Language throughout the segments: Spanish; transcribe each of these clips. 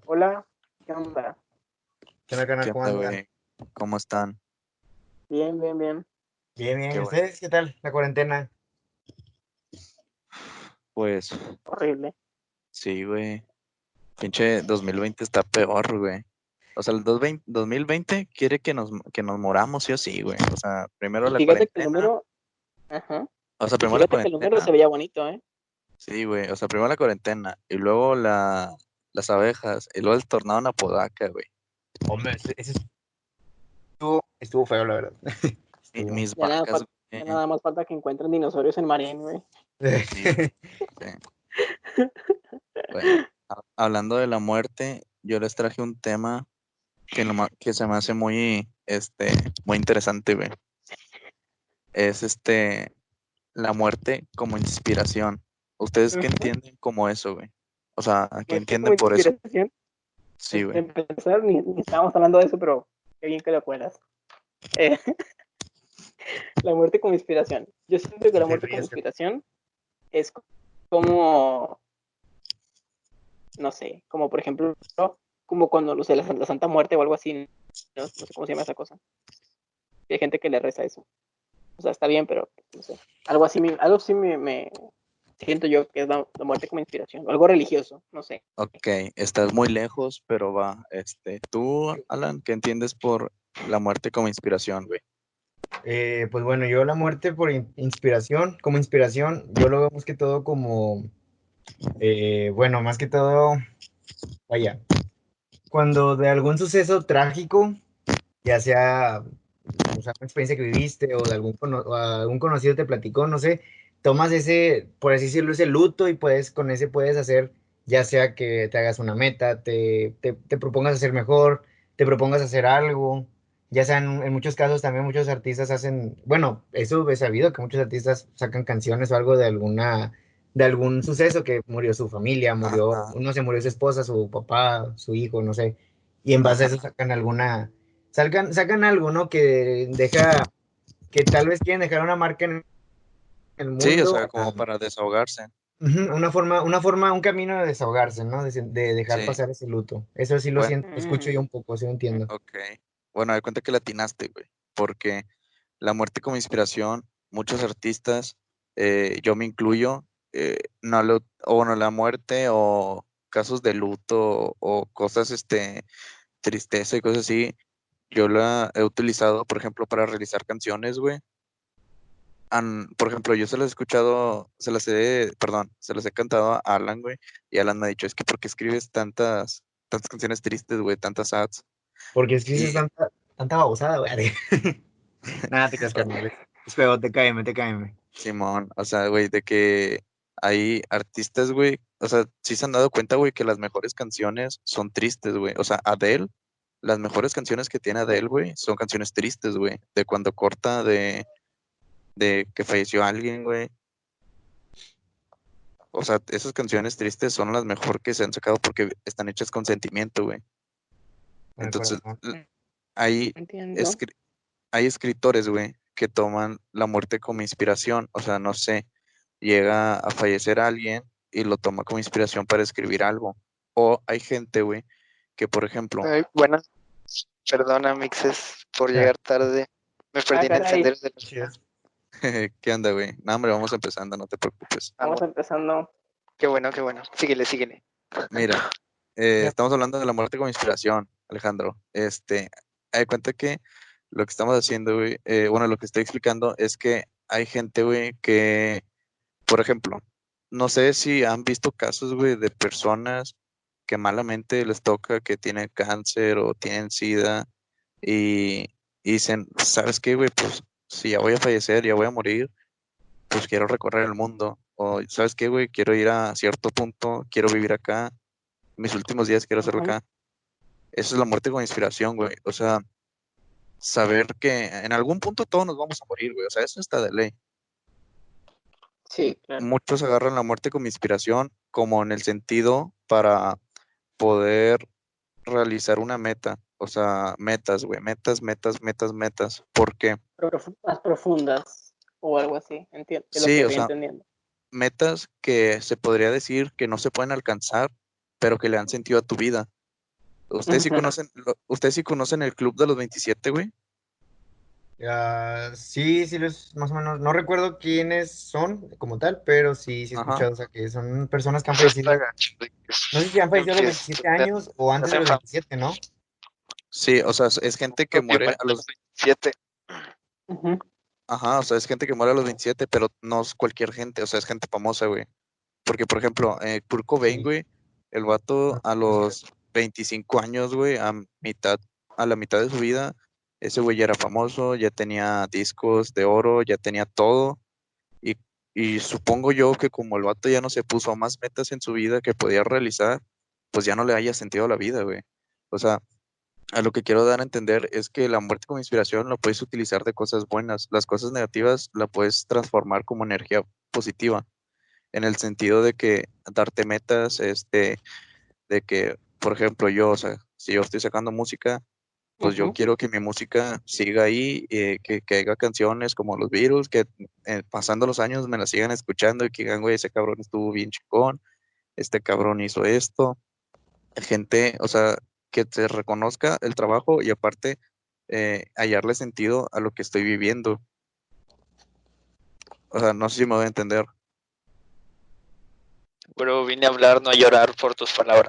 Hola, ¿qué onda? ¿Qué onda, ¿Qué carnal? ¿Cómo onda, andan? güey? ¿Cómo están? Bien, bien, bien. Bien, bien. Qué ¿Y bueno. ustedes qué tal? La cuarentena. Pues Horrible. sí, güey. Pinche 2020 está peor, güey. O sea, el 2020 quiere que nos moramos, sí o sí, güey. O sea, primero Y la fíjate que el cuarentena. número, ajá. O sea, Y primero la fíjate que el número se cuarentena. veía bonito, ¿eh? Sí, güey. O sea, primero la cuarentena. Y luego las abejas. Y luego el tornado en Apodaca, güey. Hombre, ese estuvo feo, la verdad. Estuvo. Mis Ya nada, vacas, ya güey. nada más falta que encuentren dinosaurios en Marín, güey. Sí, sí. Bueno, hablando de la muerte, yo les traje un tema que se me hace muy interesante, güey. Es la muerte como inspiración. ¿Ustedes qué Ujú. entienden como eso, güey? O sea, ¿qué Muerte como entienden por eso? inspiración. Sí, Pues de güey. empezar, ni estábamos hablando de eso, pero qué bien que lo acuerdas. Eh, la muerte como inspiración. Yo siento que ¿Y la te muerte como ríes? inspiración es como, no sé, como por ejemplo, como cuando los de la Santa Muerte o algo así, no, no sé cómo se llama esa cosa. Y hay gente que le reza eso. O sea, está bien, pero no sé. Algo así me siento yo que es la muerte como inspiración. O algo religioso, no sé. Ok, estás muy lejos, pero va. Tú, Alan, ¿qué entiendes por la muerte como inspiración, güey? Pues bueno, yo la muerte por inspiración, como inspiración, yo lo veo más que todo como, bueno, más que todo, vaya, cuando de algún suceso trágico, ya sea, o sea, una experiencia que viviste o de o algún conocido te platicó, no sé, tomas ese, por así decirlo, ese luto y puedes, con ese puedes hacer, ya sea que te hagas una meta, te propongas hacer mejor, te propongas hacer algo, ya sea en muchos casos también muchos artistas hacen, bueno, eso es sabido que muchos artistas sacan canciones o algo de de algún suceso que murió su familia, murió, Ajá, no sé, murió su esposa, su papá, su hijo, no sé, y en base a eso ajá. sacan sacan algo, ¿no? Que deja, que tal vez quieren dejar una marca en el Sí, o mundo, sea, como para desahogarse. ujú, un camino de desahogarse, ¿no? De dejar Sí, pasar ese luto. Eso sí lo bueno, siento, lo escucho yo Mm, un poco, sí lo entiendo. ok. Bueno, de cuenta que latinaste, güey. Porque la muerte como inspiración, muchos artistas, yo me incluyo, no lo, o bueno, la muerte o casos de luto o cosas, tristeza y cosas así, yo la he utilizado, por ejemplo, para realizar canciones, güey. Por ejemplo, yo se las he escuchado, perdón, se las he cantado a Alan, güey, y Alan me ha dicho, es que ¿por qué escribes tantas canciones tristes, güey, tantas ads? Porque es que dices Y, tanta babosada, güey. Nada, te creas, carnal. Es feo, te cáeme. Simón, o sea, güey, de que hay artistas, güey, o sea, sí se han dado cuenta, güey, que las mejores canciones son tristes, güey. O sea, Adele, las mejores canciones que tiene Adele, güey, son canciones tristes, güey, de cuando corta de que falleció alguien, güey. O sea, esas canciones tristes son las mejor que se han sacado porque están hechas con sentimiento, güey. Con el Entonces, corazón. hay, entiendo. escri- hay escritores, güey, que toman la muerte como inspiración. O sea, no sé, llega a fallecer alguien y lo toma como inspiración para escribir algo. O hay gente, güey, que por ejemplo, Ay, buenas, perdona, Mixes, por Ah, llegar tarde. Me Ah, perdí en caray, encender de la chido. ¿qué onda, güey? No, hombre, vamos empezando, no te preocupes. vamos amor. empezando. Qué bueno, qué bueno. Síguele, síguele. Mira, Ya. estamos hablando de la muerte como inspiración, Alejandro. Hay cuenta que lo que estamos haciendo, güey, bueno, lo que estoy explicando es que hay gente, güey, que, por ejemplo, no sé si han visto casos, güey, de personas que malamente les toca que tienen cáncer o tienen SIDA y, y dicen, ¿sabes qué, güey? Pues si ya voy a fallecer, ya voy a morir, pues quiero recorrer el mundo. O, ¿sabes qué, güey? Quiero ir a cierto punto, quiero vivir acá, mis últimos días quiero hacerlo Ujú. acá. Eso es la muerte con inspiración, güey. O sea, saber que en algún punto todos nos vamos a morir, güey. O sea, eso está de ley. Sí, claro. Muchos agarran la muerte como inspiración, como en el sentido para poder realizar una meta. O sea, metas, güey. Metas, metas, metas, metas. ¿Por qué? Más profundas o algo así. Entiendo, es lo que Sí, o estoy sea, entendiendo. metas que se podría decir que no se pueden alcanzar, pero que le han sentido a tu vida. ustedes sí conocen el Club de los 27, güey? Sí, sí, más o menos. No recuerdo quiénes son como tal, pero sí, sí he Ajá. escuchado. O sea, que son personas que han Eso está fallecido. gacho, de que No sé si han fallecido a los 27 se años o antes de hacen los 27, ¿no? Sí, o sea, es gente que y muere mueren a a los los... 27. Ujú. Ajá, o sea, es gente que muere a los 27, pero no es cualquier gente, o sea, es gente famosa, güey. Porque, por ejemplo, Kurt Cobain, Sí. güey, el vato Ah, a pues, los 25 años, güey, a la mitad de su vida, ese güey ya era famoso, ya tenía discos de oro, ya tenía todo. Y, y supongo yo que como el vato ya no se puso más metas en su vida que podía realizar, pues ya no le haya sentido a la vida, güey. O sea, a lo que quiero dar a entender es que la muerte como inspiración la puedes utilizar de cosas buenas, las cosas negativas la puedes transformar como energía positiva, en el sentido de que darte metas, de que, por ejemplo, yo, o sea, si yo estoy sacando música, pues yo Ujú. quiero que mi música siga ahí, que haya canciones como los Beatles, que pasando los años me la sigan escuchando y que digan, güey, ese cabrón estuvo bien chingón, este cabrón hizo esto, gente, o sea, que se reconozca el trabajo y aparte hallarle sentido a lo que estoy viviendo. O sea, no sé si me voy a entender. Bro, vine a hablar, no a llorar por tus palabras.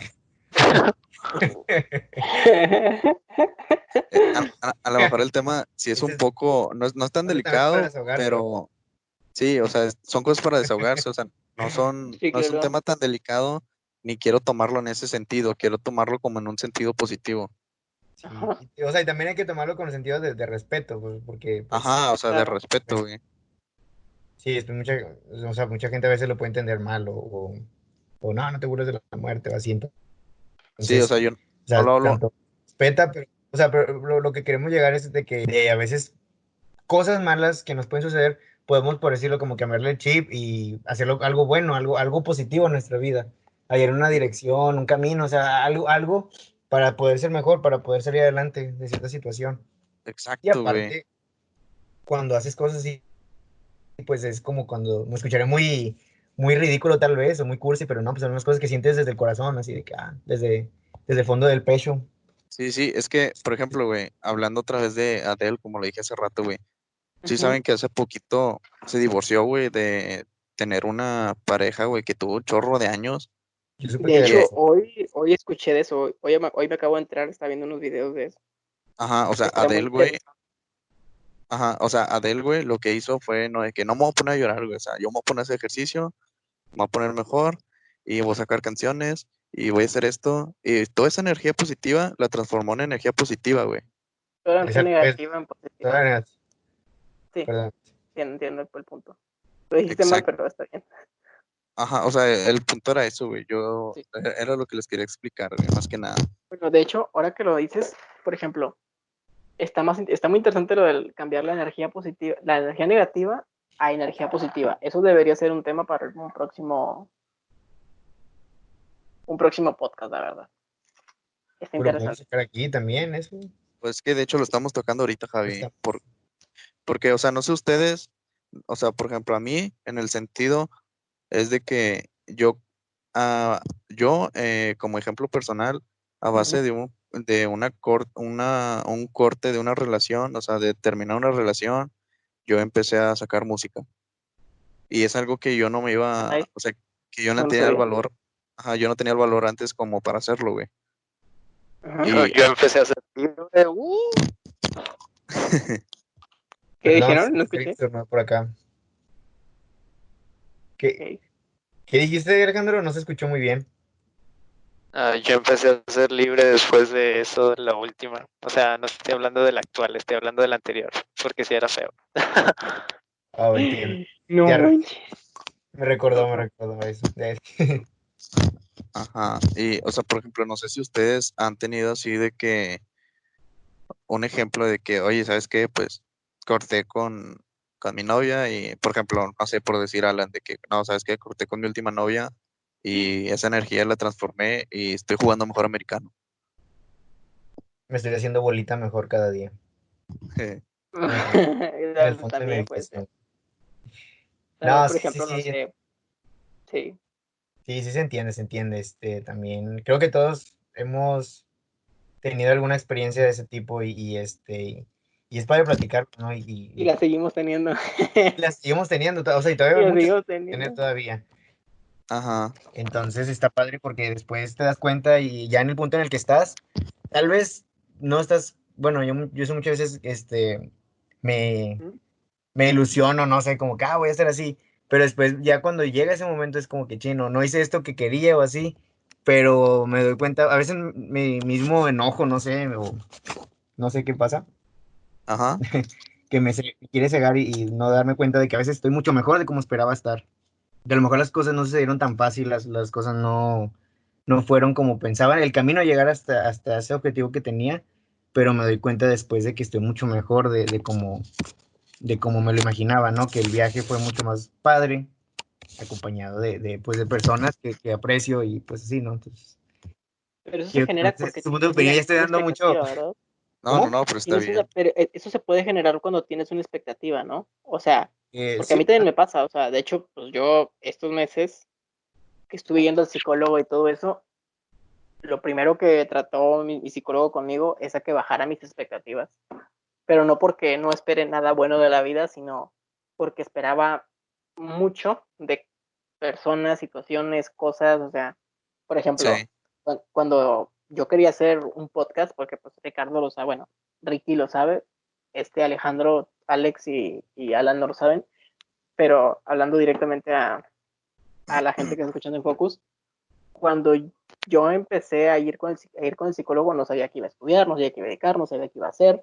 A lo mejor el tema sí es Este un es poco, no es tan este también para delicado, desahogarse. pero sí, o sea, son cosas para desahogarse, o sea, Sí, no es un claro. tema tan delicado, ni quiero tomarlo en ese sentido, quiero tomarlo como en un sentido positivo. Sí. Ajá, O sea, y también hay que tomarlo con el sentido de respeto, pues, porque, pues, Ajá, o sea, de claro. respeto, güey. sí, o sea, mucha gente a veces lo puede entender mal o no, no te burles de la muerte o así. Sí, o Entonces, sea, yo o no sea, lo hablo, tanto respeta, pero, o sea, pero lo que queremos llegar es de que a veces cosas malas que nos pueden suceder, podemos, por decirlo, como cambiarle el chip y hacerlo algo bueno, algo positivo en nuestra vida. Hallar una dirección, un camino, o sea, algo para poder ser mejor, para poder salir adelante de cierta situación. Y exacto, güey. aparte, cuando haces cosas así, pues es como cuando me escucharé muy ridículo tal vez, o muy cursi, pero no, pues son unas cosas que sientes desde el corazón, así de que, desde el fondo del pecho. Sí, sí, es que, por ejemplo, güey, hablando otra vez de Adele, como le dije hace rato, güey, sí Ujú. saben que hace poquito se divorció, güey, de tener una pareja, güey, que tuvo un chorro de años. Yo supe De que Y, hecho, hoy escuché de eso. Hoy me acabo de entrar, estaba viendo unos videos de eso. ajá, o sea, Está muy Adele, güey, interesante. ajá, o sea, Adele, güey, lo que hizo fue, no, de que no me voy a poner a llorar, güey, o sea, yo me voy a poner a hacer ejercicio, me voy a poner mejor, y voy a sacar canciones, y voy a hacer esto, y toda esa energía positiva la transformó en energía positiva, güey. Toda la energía esa, pues, negativa en positiva. todavía- Sí, perdón. sí, entiendo el punto. Lo dijiste mal, Exacto. pero está bien. Ajá, o sea, el punto era eso, güey, Sí. era lo que les quería explicar, güey, más que nada. Bueno, de hecho, ahora que lo dices, por ejemplo, está muy interesante lo del cambiar la energía positiva, la energía negativa a energía positiva. Eso debería ser un tema para un próximo podcast, la verdad. Está Pero podemos interesante. sacar aquí también eso. Pues que de hecho lo estamos tocando ahorita, Javi, Está, porque, o sea, no sé ustedes, o sea, por ejemplo, a mí, en el sentido, es de que yo como ejemplo personal, a Ujú. base de un corte de una relación, o sea, de terminar una relación, yo empecé a sacar música. Y es algo que yo no me iba, Nice. o sea, que yo no No lo tenía el sabía. valor, ajá, yo no tenía el valor antes como para hacerlo, güey. Ajá. Y Yo empecé a hacer libre. ¿Qué perdón, dijeron? No se escuché. estornudó por acá. ¿Qué, Ok. qué dijiste, Alejandro? No se escuchó muy bien. Yo empecé a ser libre después de eso, la última. O sea, no estoy hablando del actual, estoy hablando del anterior, porque sí era feo. Oh, entiendo. No Ya manches. me recordó eso. ajá, y, o sea, por ejemplo, no sé si ustedes han tenido así de que un ejemplo de que, oye, ¿sabes qué? Pues corté con mi novia y, por ejemplo, no sé, por decir Alan, de que, no, ¿sabes qué? Corté con mi última novia y esa energía la transformé y estoy jugando mejor americano. Me estoy haciendo bolita mejor cada día. En el fondo, en el fondo de mi También puede ser. habitación. También, No, por sí, sí, ejemplo, no sí. sé. Sí. Sí, sí se entiende, se entiende. También creo que todos hemos. tenido alguna experiencia de ese tipo y es para platicar, ¿no? Y la seguimos teniendo. Y las seguimos teniendo, o sea, y todavía Y hay la muchas seguimos que tener teniendo. todavía. Ajá, Entonces está padre porque después te das cuenta y ya en el punto en el que estás, tal vez no estás, bueno, yo eso muchas veces, me, ¿Mm? me ilusiono, no sé, como que, voy a estar así, pero después ya cuando llega ese momento es como que, chino, no hice esto que quería o así, pero me doy cuenta, a veces mi mismo enojo, no sé, o no sé qué pasa, ajá. que me quiere cegar y no darme cuenta de que a veces estoy mucho mejor de como esperaba estar. De a lo mejor las cosas no se dieron tan fácil, las cosas no fueron como pensaba, el camino a llegar hasta ese objetivo que tenía, pero me doy cuenta después de que estoy mucho mejor de cómo me lo imaginaba, ¿no? Que el viaje fue mucho más padre, acompañado pues, de personas que aprecio y pues así, ¿no? Entonces, Pero eso se quiero genera conocer porque su punto de tienes opinión, ya estoy una dando mucho. expectativa, ¿verdad? No, no, ¿Cómo? no, pero está bien. Pero eso se puede generar cuando tienes una expectativa, ¿no? O sea, porque a Sí, mí también me pasa, o sea, de hecho, pues yo estos meses que estuve yendo al psicólogo y todo eso, lo primero que trató mi psicólogo conmigo es a que bajara mis expectativas, pero no porque no espere nada bueno de la vida, sino porque esperaba mucho de personas, situaciones, cosas, o sea, por ejemplo, Sí, cuando yo quería hacer un podcast, porque pues Ricardo lo sabe, bueno, Ricky lo sabe, Alejandro, Alex y Alan no lo saben, pero hablando directamente a la gente que está escuchando en Focus, cuando yo empecé a ir con el psicólogo, no sabía qué iba a estudiar, no sabía qué iba a dedicar, no sabía qué iba a hacer.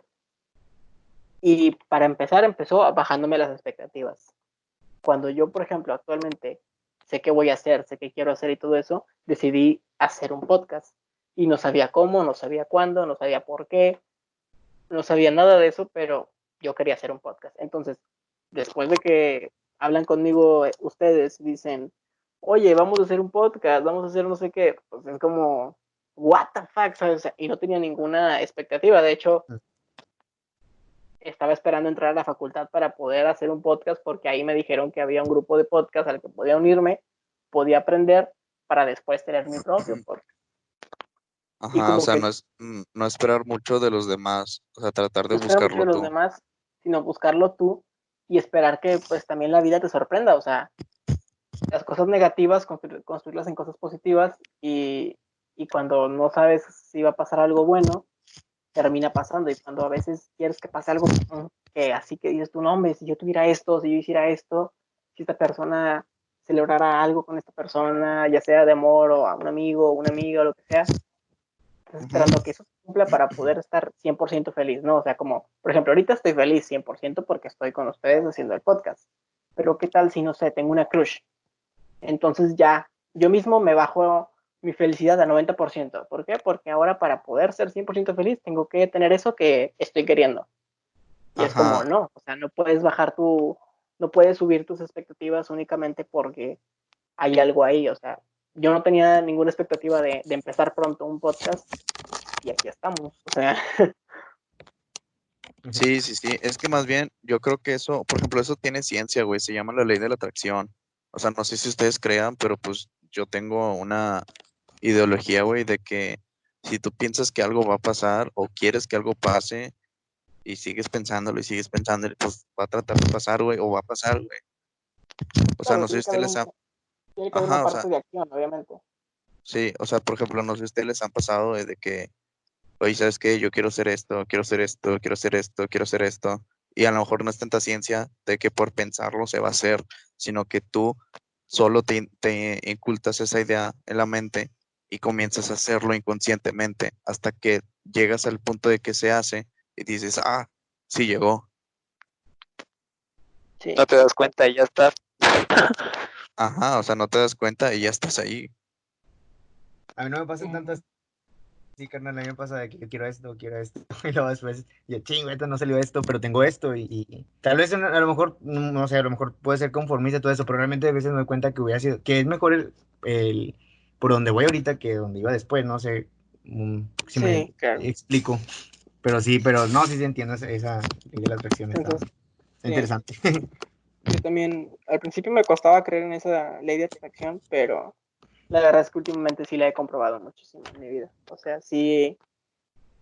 Y para empezar, empezó bajándome las expectativas. Cuando yo, por ejemplo, actualmente sé qué voy a hacer, sé qué quiero hacer y todo eso, decidí hacer un podcast. Y no sabía cómo, no sabía cuándo, no sabía por qué, no sabía nada de eso, pero yo quería hacer un podcast. Entonces, después de que hablan conmigo ustedes, dicen, oye, vamos a hacer un podcast, vamos a hacer no sé qué, pues es como, what the fuck, ¿sabes? Y no tenía ninguna expectativa. De hecho, estaba esperando entrar a la facultad para poder hacer un podcast porque ahí me dijeron que había un grupo de podcast al que podía unirme, podía aprender para después tener mi propio podcast. Y ajá, o como sea, que no esperar mucho de los demás, o sea, tratar de no esperar mucho buscarlo de los tú. demás, sino buscarlo tú y esperar que pues también la vida te sorprenda. O sea, las cosas negativas, construirlas en cosas positivas y cuando no sabes si va a pasar algo bueno, termina pasando. Y cuando a veces quieres que pase algo que así que dices tu nombre, si yo tuviera esto, si yo hiciera esto, si esta persona celebrara algo con esta persona, ya sea de amor o a un amigo o una amiga o lo que sea, estás Ujú. esperando que eso se cumpla para poder estar 100% feliz, ¿no? O sea, como, por ejemplo, ahorita estoy feliz 100% porque estoy con ustedes haciendo el podcast. Pero ¿qué tal si, no sé, tengo una crush? Entonces ya, yo mismo me bajo mi felicidad a 90%. ¿Por qué? Porque ahora para poder ser 100% feliz tengo que tener eso que estoy queriendo. Y es como, Ajá, no, o sea, no puedes no puedes subir tus expectativas únicamente porque hay algo ahí. O sea, yo no tenía ninguna expectativa de empezar pronto un podcast y aquí estamos. O sea, Ujú. sí, sí, sí, es que más bien yo creo que eso, por ejemplo, eso tiene ciencia, güey, se llama la ley de la atracción. O sea, no sé si ustedes crean, pero pues yo tengo una ideología, güey, de que si tú piensas que algo va a pasar o quieres que algo pase y sigues pensándolo, pues va a tratar de pasar, güey, o va a pasar, güey. O sea, claro, no sé si ustedes les ha... tiene que haber una Ajá, o sea, parte de acción, obviamente. sí, o sea, por ejemplo, no sé si ustedes les han pasado de que oye, ¿sabes qué? Yo quiero hacer esto, quiero hacer esto, quiero hacer esto, quiero hacer esto. Y a lo mejor no es tanta ciencia de que por pensarlo se va a hacer, sino que tú solo te incultas esa idea en la mente y comienzas a hacerlo inconscientemente hasta que llegas al punto de que se hace y dices, sí llegó. No Sí, te das cuenta y ya está. Ajá, o sea, no te das cuenta y ya estás ahí. A mí no me pasa tanto así, carnal, a mí me pasa de que yo quiero esto, y luego después, yo, chingo, esto no salió esto, pero tengo esto, y tal vez a lo mejor, no sé, a lo mejor puede ser conformista todo eso, pero realmente a veces me doy cuenta que hubiera sido, que es mejor por donde voy ahorita que donde iba después, no sé, si me sí, claro. explico, pero sí, pero no, sí, sí entiendo esa ley de la atracción, Entonces, está sí. interesante. Yo también, al principio me costaba creer en esa ley de atracción, pero la verdad es que últimamente sí la he comprobado muchísimo en mi vida. O sea, sí,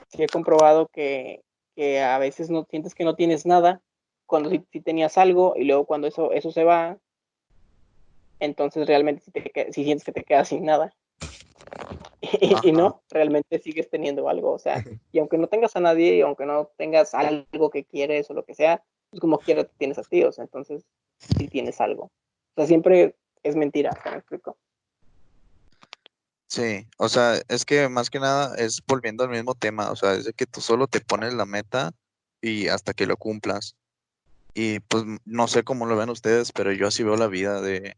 sí he comprobado que a veces no sientes que no tienes nada, cuando sí tenías algo, y luego cuando eso se va, entonces realmente sí sientes que te quedas sin nada. Y Ajá. no, realmente sigues teniendo algo, o sea, y aunque no tengas a nadie, y aunque no tengas algo que quieres o lo que sea, pues como quiera te tienes a ti, o sea, entonces sí tienes algo. O sea, siempre es mentira, ¿se me explico? Sí, o sea, es que más que nada es volviendo al mismo tema, o sea, es de que tú solo te pones la meta y hasta que lo cumplas. Y pues no sé cómo lo ven ustedes, pero yo así veo la vida de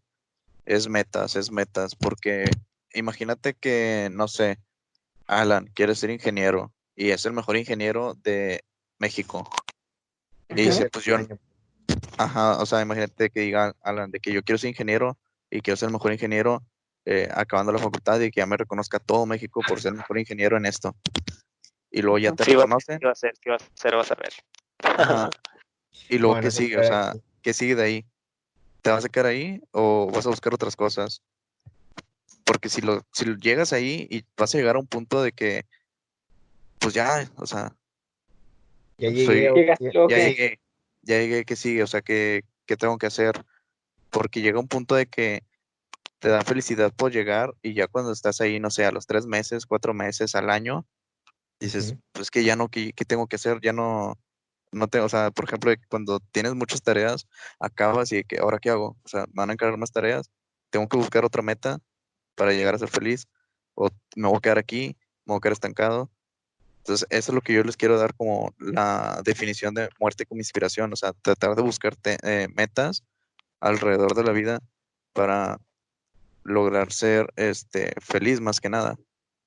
es metas, porque imagínate que, no sé, Alan quiere ser ingeniero y es el mejor ingeniero de México. Y Quiero Ujú. dice, ser pues el yo, año. ajá, o sea, imagínate que diga Alan de que yo quiero ser ingeniero y quiero ser el mejor ingeniero acabando la facultad y que ya me reconozca todo México por ser el mejor ingeniero en esto. Y luego ya te Sí, reconocen, sí va a ser, vas a ver. ajá. Y luego, ¿qué Bueno, se sigue? O espera sea, aquí. ¿qué sigue de ahí? ¿Te vas a quedar ahí o vas a buscar otras cosas? Porque si llegas ahí y vas a llegar a un punto de que, pues ya, o sea, Ya llegué, soy, Llegaste y luego ya que, llegué, ya llegué, ¿qué sigue? O sea, ¿qué tengo que hacer? Porque llega un punto de que te da felicidad por llegar y ya cuando estás ahí, no sé, a los 3 meses, 4 meses, al año, dices, Ujú. pues que ya no, ¿qué tengo que hacer? Ya no tengo, o sea, por ejemplo, cuando tienes muchas tareas, acabas y de que, ¿ahora qué hago? O sea, me van a encargar más tareas, tengo que buscar otra meta para llegar a ser feliz, o me voy a quedar aquí, me voy a quedar estancado. Entonces, eso es lo que yo les quiero dar como la definición de muerte como inspiración, o sea, tratar de buscar metas alrededor de la vida para lograr ser feliz más que nada.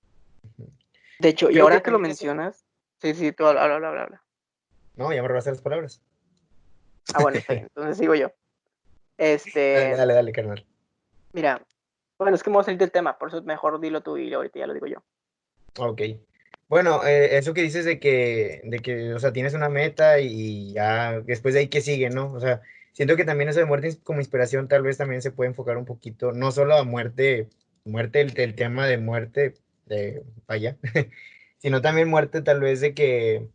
de hecho, y Creo que ahora que lo también eso. mencionas, sí, sí, tú habla, habla, habla, habla. No, ya me robaste las palabras. Ah, bueno, está bien, entonces sigo yo. Dale, Este, dale, dale, carnal. mira, bueno, es que me voy a salir del tema, por eso mejor dilo tú y ahorita ya lo digo yo. Ok. Bueno, eso que dices de que, o sea, tienes una meta y ya después de ahí que sigue, ¿no? O sea, siento que también eso de muerte como inspiración tal vez también se puede enfocar un poquito, no solo a muerte, el tema de muerte, vaya, sino también muerte tal vez de que,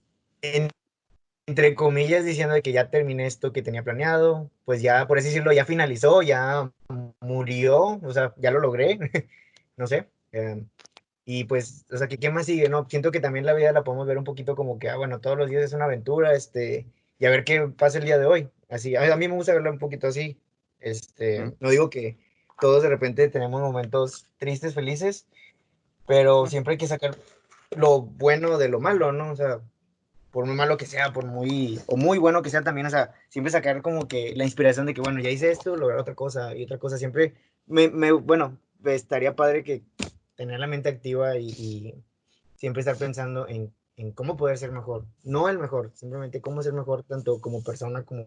entre comillas, diciendo de que ya terminé esto que tenía planeado, pues ya, por así decirlo, ya finalizó, ya murió, o sea, ya lo logré, no sé. Y pues, o sea, ¿qué más sigue? No, siento que también la vida la podemos ver un poquito como que, bueno, todos los días es una aventura, y a ver qué pasa el día de hoy. Así, a mí me gusta verlo un poquito así. ¿Mm? No digo que todos de repente tenemos momentos tristes, felices, pero Ujú. siempre hay que sacar lo bueno de lo malo, ¿no? O sea, por muy malo que sea, o muy bueno que sea también, o sea, siempre sacar como que la inspiración de que, bueno, ya hice esto, lograr otra cosa y otra cosa, siempre, bueno, estaría padre que tener la mente activa y siempre estar pensando en cómo poder ser mejor, no el mejor, simplemente cómo ser mejor tanto como persona como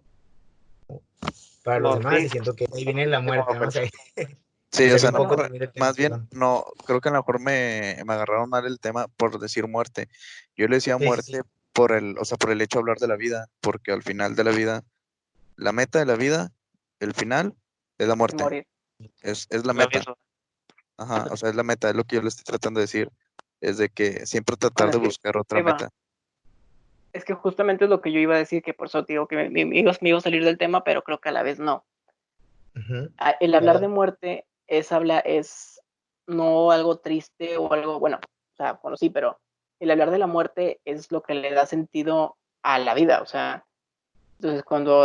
para los Como, demás, sí, y siento que ahí viene la como muerte, ¿no? O sea, persona. Sí, me o salió sea, un no, poco Bueno, también del tema, más bien, perdón. no, creo que a lo mejor me agarraron mal el tema por decir muerte. Yo le decía Sí, sí, sí. muerte o sea, por el hecho de hablar de la vida, porque al final de la vida, la meta de la vida, el final, es la es muerte, morir. es la Lo meta. mismo. Ajá, o sea, es la meta, es lo que yo le estoy tratando de decir, es de que siempre tratar Bueno, de es que, buscar otra ahí va. meta. Es que justamente es lo que yo iba a decir, que por eso te digo que me iba a salir del tema, pero creo que a la vez no. Ujú. El hablar de Nada. muerte es no algo triste o algo, bueno, o sea, bueno, sí, pero el hablar de la muerte es lo que le da sentido a la vida, o sea, entonces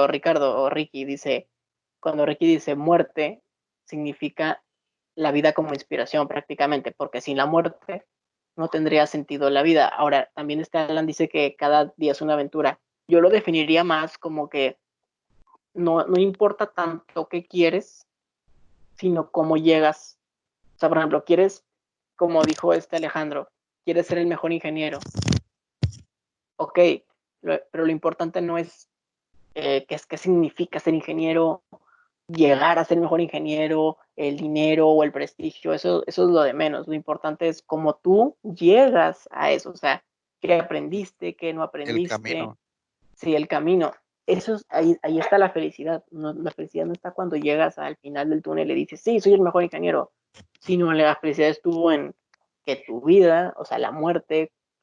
cuando Ricky dice muerte, significa la vida como inspiración prácticamente, porque sin la muerte no tendría sentido la vida. Ahora, también Alan dice que cada día es una aventura. Yo lo definiría más como que no importa tanto qué quieres, sino cómo llegas. O sea, por ejemplo, quieres, como dijo este Alejandro, quieres ser el mejor ingeniero. Ok, pero lo importante no es qué significa ser ingeniero, llegar a ser el mejor ingeniero, el dinero o el prestigio, eso es lo de menos. Lo importante es cómo tú llegas a eso, o sea, qué aprendiste, qué no El aprendiste, camino, sí, el camino. Ahí está la felicidad. No, la felicidad no está cuando llegas al final del túnel y dices, sí, soy el mejor ingeniero, sino la felicidad estuvo en que tu vida, o sea, la muerte,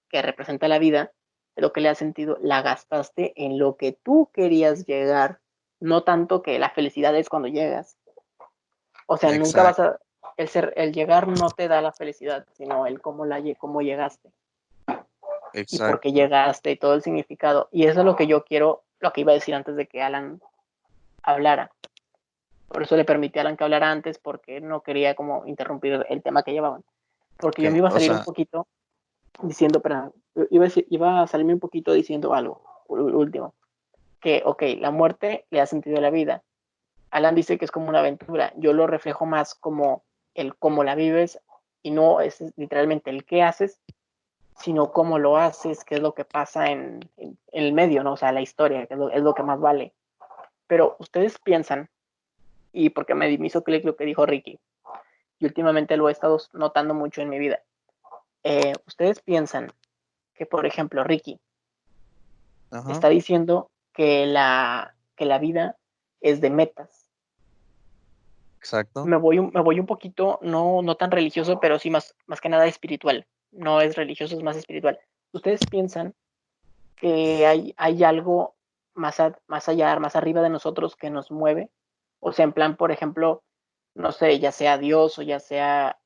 que representa la vida, de lo que le ha sentido, la gastaste en lo que tú querías llegar, no tanto que la felicidad es cuando llegas. O sea, nunca vas Exacto, a, el llegar no te da la felicidad, sino el cómo llegaste y por qué exacto. llegaste y todo el significado. Y eso es lo que yo quiero, lo que iba a decir antes de que Alan hablara. Por eso le permití a Alan que hablara antes, porque no quería como interrumpir el tema que llevaban. Porque yo me Ok, iba a o salir un sea, poquito diciendo, perdón, iba a salirme un poquito diciendo algo, último, que, ok, la muerte le ha sentido a la vida. Alan dice que es como una aventura. Yo lo reflejo más como el cómo la vives y no es literalmente el qué haces, sino cómo lo haces, qué es lo que pasa en el medio, ¿no? O sea, la historia, que es lo que más vale. Pero ustedes piensan, y porque me hizo clic lo que dijo Ricky, y últimamente lo he estado notando mucho en mi vida. Ustedes piensan que, por ejemplo, Ricky ajá, está diciendo que la vida es de metas. exacto. Me voy un poquito, no tan religioso, pero sí más que nada espiritual. No es religioso, es más espiritual. ¿Ustedes piensan que hay algo más allá, más arriba de nosotros que nos mueve? O sea, en plan, por ejemplo, no sé, ya sea Dios o ya sea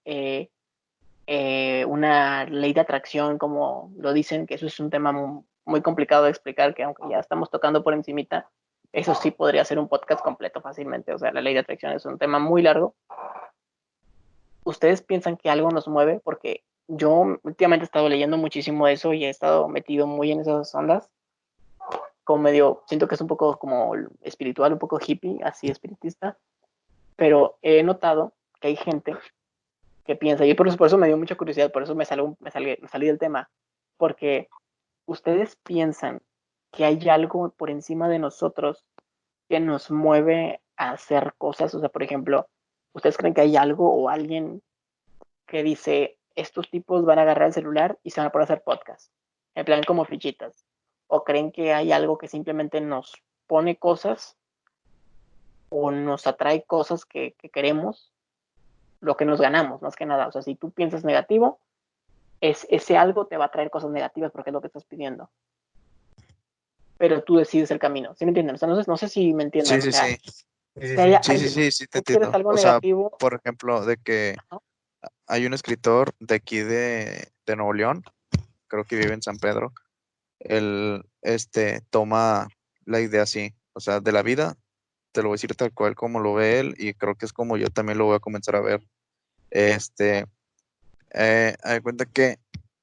una ley de atracción, como lo dicen, que eso es un tema muy complicado de explicar, que aunque ya estamos tocando por encimita, eso sí podría ser un podcast completo fácilmente. O sea, la ley de atracción es un tema muy largo. ¿Ustedes piensan que algo nos mueve? Porque yo últimamente he estado leyendo muchísimo de eso y he estado metido muy en esas ondas, como medio, siento que es un poco como espiritual, un poco hippie, así espiritista, pero he notado que hay gente que piensa, y por eso me dio mucha curiosidad, por eso me salí del tema, porque ustedes piensan que hay algo por encima de nosotros que nos mueve a hacer cosas. O sea, por ejemplo, ¿ustedes creen que hay algo o alguien que dice, estos tipos van a agarrar el celular y se van a poner a hacer podcast, en plan como fichitas? ¿O creen que hay algo que simplemente nos pone cosas o nos atrae cosas que queremos, lo que nos ganamos, más que nada? O sea, si tú piensas negativo, ese algo te va a traer cosas negativas porque es lo que estás pidiendo, pero tú decides el camino. ¿Sí me entienden? O sea, no sé si me Sí, entiendan. O sí, sea, sí. Sí, sí, si hay, sí. Sí, sí, sí, sí, te tú quieres entiendo. algo O sea, negativo, por ejemplo, de que ¿no? hay un escritor de aquí de Nuevo León, creo que vive en San Pedro. Él, toma la idea así, o sea, de la vida, te lo voy a decir tal cual como lo ve él, y creo que es como yo también lo voy a comenzar a ver. Este, Haz de cuenta que,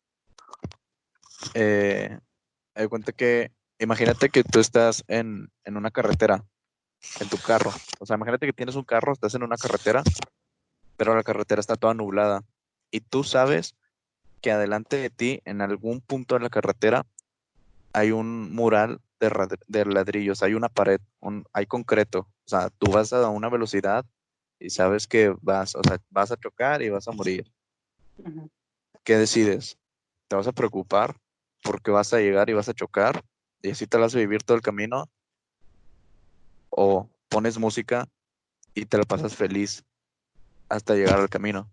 eh, haz de cuenta que, imagínate que tú estás en una carretera, en tu carro. O sea, imagínate que tienes un carro, estás en una carretera, pero la carretera está toda nublada. Y tú sabes que adelante de ti, en algún punto de la carretera, hay un mural de ladrillos, hay una pared, hay concreto. O sea, tú vas a una velocidad y sabes que o sea, vas a chocar y vas a morir. Uh-huh. ¿Qué decides? ¿Te vas a preocupar porque vas a llegar y vas a chocar y así te la vas a vivir todo el camino? ¿O pones música y te la pasas feliz hasta llegar al camino?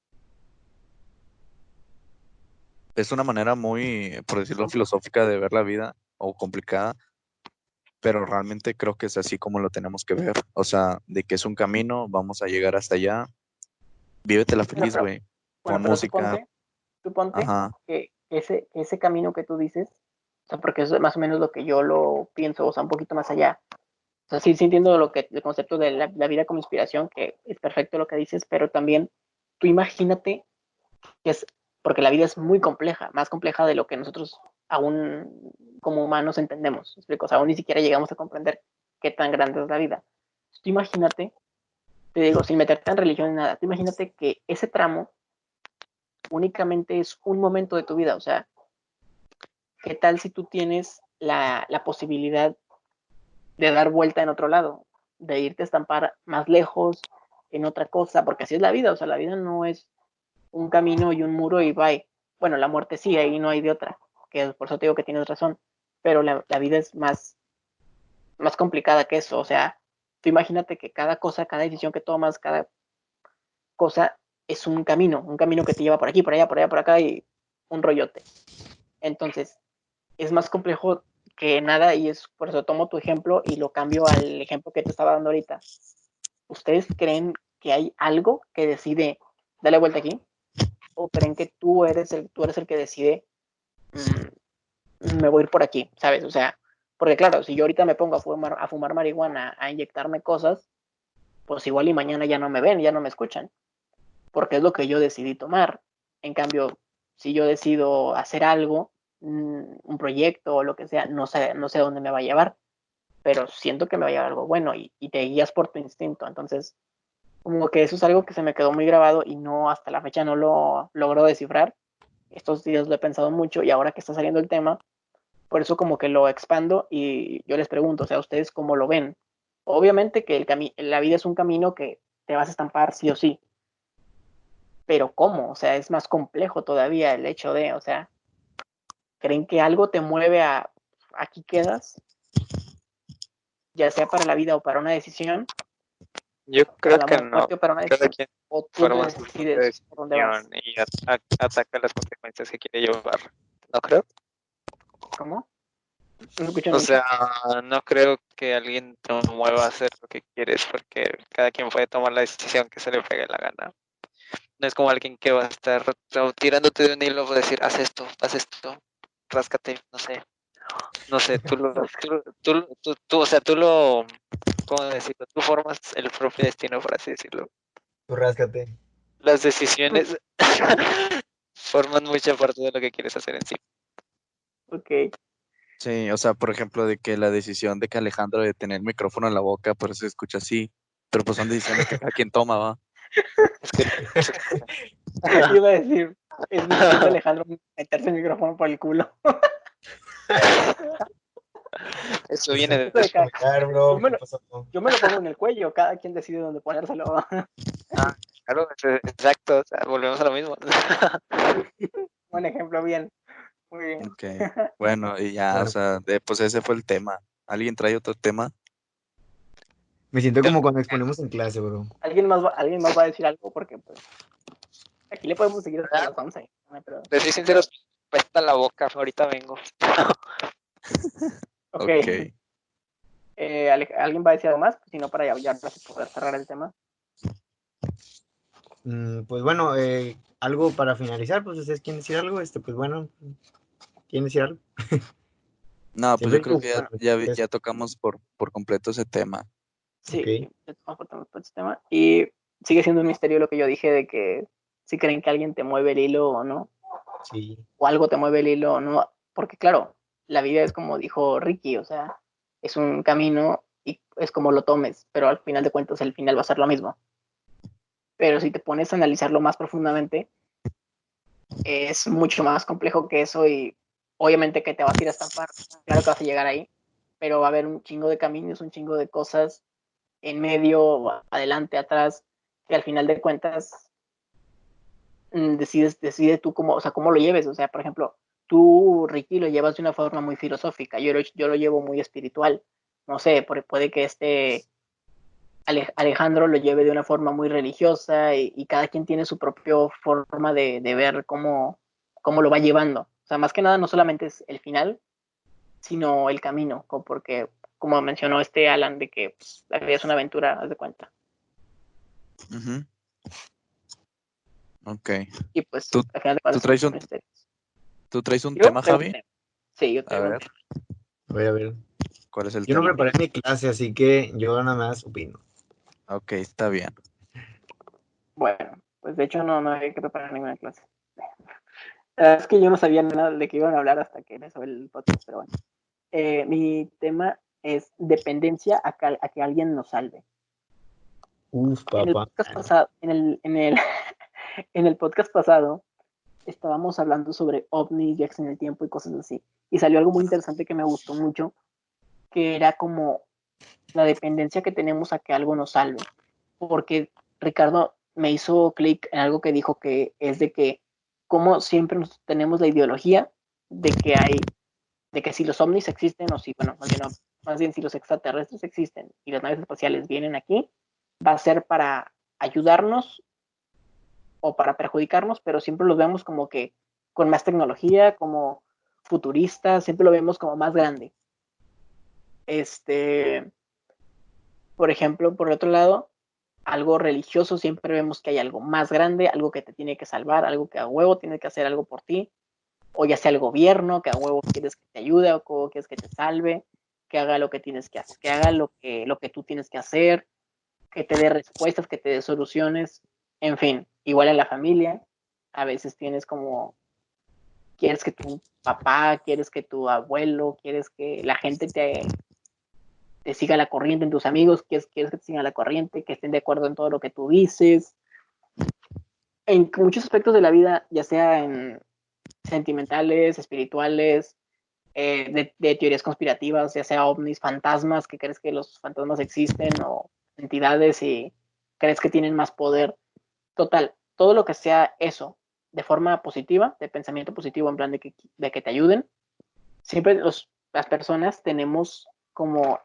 Es una manera muy, por decirlo, filosófica de ver la vida o complicada, pero realmente creo que es así como lo tenemos que ver. O sea, de que es un camino, vamos a llegar hasta allá. Vívetela Bueno, feliz, güey. Pon pero tú música. ponte Ajá, que ese camino que tú dices, o sea, porque eso es más o menos lo que yo lo pienso, o sea, un poquito más allá. O sea, sí entiendo el concepto de la vida como inspiración, que es perfecto lo que dices, pero también tú imagínate que es, porque la vida es muy compleja, más compleja de lo que nosotros aún como humanos entendemos. ¿Me explico? O sea, aún ni siquiera llegamos a comprender qué tan grande es la vida. Tú imagínate, te digo, sin meterte en religión ni nada, tú imagínate que ese tramo únicamente es un momento de tu vida. O sea, ¿qué tal si tú tienes la posibilidad de dar vuelta en otro lado, de irte a estampar más lejos en otra cosa? Porque así es la vida. O sea, la vida no es un camino y un muro y bye. Bueno, la muerte sí, ahí no hay de otra, que por eso te digo que tienes razón, pero la vida es más complicada que eso. O sea, tú imagínate que cada cosa, cada decisión que tomas, cada cosa es un camino que te lleva por aquí, por allá, por allá, por acá, y un rollote. Entonces, es más complejo que nada y es por eso tomo tu ejemplo y lo cambio al ejemplo que te estaba dando ahorita. ¿Ustedes creen que hay algo que decide darle vuelta aquí? ¿O creen que tú eres el que decide me voy a ir por aquí, ¿sabes? O sea, porque claro, si yo ahorita me pongo a fumar marihuana, a inyectarme cosas, pues igual y mañana ya no me ven, ya no me escuchan, porque es lo que yo decidí tomar. En cambio, si yo decido hacer algo, un proyecto o lo que sea, no sé a dónde me va a llevar, pero siento que me va a llevar algo bueno y te guías por tu instinto. Entonces, como que eso es algo que se me quedó muy grabado y no hasta la fecha no lo logro descifrar. Estos días lo he pensado mucho y ahora que está saliendo el tema, por eso como que lo expando y yo les pregunto, o sea, ¿ustedes cómo lo ven? Obviamente que la vida es un camino que te vas a estampar sí o sí, pero ¿cómo? O sea, es más complejo todavía el hecho de, o sea, ¿creen que algo te mueve a aquí quedas? Ya sea para la vida o para una decisión, Yo para creo la que no. muerte o para una Cada decisión, quien o tú forma su propia decides por dónde vas. decisión y ataca las consecuencias que quiere llevar. ¿No creo? ¿Cómo? No escucho O mucho. sea, no creo que alguien te mueva a hacer lo que quieres porque cada quien puede tomar la decisión que se le pegue la gana. No es como alguien que va a estar tirándote de un hilo para decir, haz esto, ráscate, no sé. No sé, o sea, ¿cómo decirlo? Tú formas el propio destino, por así decirlo. Tú ráscate. Las decisiones forman mucha parte de lo que quieres hacer en sí. Ok. Sí, o sea, por ejemplo, de que la decisión de que Alejandro de tener el micrófono en la boca, por eso se escucha así, pero pues son decisiones que cada quien toma, ¿va? Es que Iba a decir, es decisión de Alejandro meterse el micrófono por el culo. eso Eso viene se de Eso de puede cada- comentar, yo, bro. me ¿Qué lo, pasó? yo me lo pongo en el cuello, cada quien decide dónde ponérselo. claro, exacto, o sea, volvemos a lo mismo. Buen ejemplo, bien. Muy bien. Ok, bueno, y ya, o Bueno, sea, pues ese fue el tema. ¿Alguien trae otro tema? me siento como cuando exponemos en clase, bro. ¿Alguien más va a decir algo? Porque pues aquí le podemos seguir hasta las 11. No hay pedo. Les soy sincero, pesta la boca, ahorita vengo. Ok. Ok. ¿Alguien va a decir algo más? Si no, para ya poder cerrar el tema. Pues bueno, algo para finalizar, pues ustedes quieren decir algo, pues bueno, ¿quieren decir algo? No, pues yo Siempre creo digo, que bueno, ya tocamos por completo ese tema. Sí, ok, por este tema. Y sigue siendo un misterio lo que yo dije de que si creen que alguien te mueve el hilo o no, sí, o algo te mueve el hilo o no, porque claro, la vida es como dijo Ricky, o sea, es un camino y es como lo tomes, pero al final de cuentas el final va a ser lo mismo. Pero si te pones a analizarlo más profundamente, es mucho más complejo que eso y obviamente que te vas a ir a estampar, claro que vas a llegar ahí, pero va a haber un chingo de caminos, un chingo de cosas en medio, adelante, atrás, que al final de cuentas decide tú cómo, o sea, cómo lo lleves. O sea, por ejemplo, tú, Ricky, lo llevas de una forma muy filosófica, yo lo llevo muy espiritual. No sé, puede que Alejandro lo lleve de una forma muy religiosa y cada quien tiene su propia forma de ver cómo lo va llevando. O sea, más que nada no solamente es el final, sino el camino, porque como mencionó este Alan, de que pues, la vida es una aventura, haz de cuenta. Ujú. Ok. Y pues, ¿Tú, al final de tú cuentas son traes un, misterios. tú traes un Yo tema, traigo un Javi? tema. Sí, yo A traigo un ver, tema. a ver, ¿cuál es el yo no tema? preparé mi clase, así que yo nada más opino. Ok, está bien. Bueno, pues de hecho no había que preparar ninguna clase. La verdad es que yo no sabía nada de qué iban a hablar hasta que empezó el podcast, pero bueno. Mi tema es dependencia a que alguien nos salve. Uf, En el papá. podcast pasado, en el podcast pasado, estábamos hablando sobre ovnis, viajes en el tiempo y cosas así. Y salió algo muy interesante que me gustó mucho, que era como la dependencia que tenemos a que algo nos salve. Porque Ricardo me hizo clic en algo que dijo que es de que como siempre tenemos la ideología de que si los ovnis existen o si, bueno, más bien si los extraterrestres existen y las naves espaciales vienen aquí, va a ser para ayudarnos o para perjudicarnos, pero siempre los vemos como que con más tecnología, como futurista, siempre lo vemos como más grande. Por ejemplo, por el otro lado, algo religioso, siempre vemos que hay algo más grande, algo que te tiene que salvar, algo que a huevo tiene que hacer algo por ti, o ya sea el gobierno, que a huevo quieres que te ayude, o que quieres que te salve, que haga lo que tienes que hacer, que haga lo que tú tienes que hacer, que te dé respuestas, que te dé soluciones, en fin, igual en la familia, a veces tienes como, quieres que tu papá, quieres que tu abuelo, quieres que la gente te siga la corriente en tus amigos, quieres que te siga la corriente, que estén de acuerdo en todo lo que tú dices. En muchos aspectos de la vida, ya sea en sentimentales, espirituales, de teorías conspirativas, ya sea ovnis, fantasmas, que crees que los fantasmas existen, o entidades y crees que tienen más poder. Total, todo lo que sea eso, de forma positiva, de pensamiento positivo, en plan de que te ayuden, siempre las personas tenemos como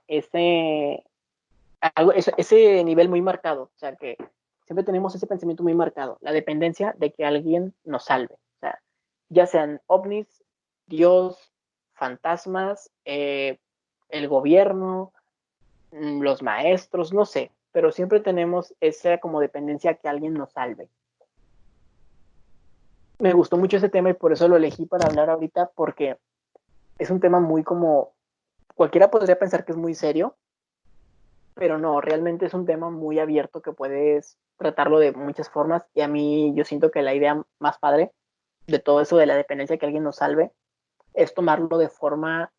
ese nivel muy marcado, o sea, que siempre tenemos ese pensamiento muy marcado, la dependencia de que alguien nos salve, o sea, ya sean ovnis, Dios, fantasmas, el gobierno, los maestros, no sé, pero siempre tenemos esa como dependencia a que alguien nos salve. Me gustó mucho ese tema y por eso lo elegí para hablar ahorita, porque es un tema muy como, cualquiera podría pensar que es muy serio, pero no, realmente es un tema muy abierto que puedes tratarlo de muchas formas, y a mí yo siento que la idea más padre de todo eso de la dependencia que alguien nos salve es tomarlo de forma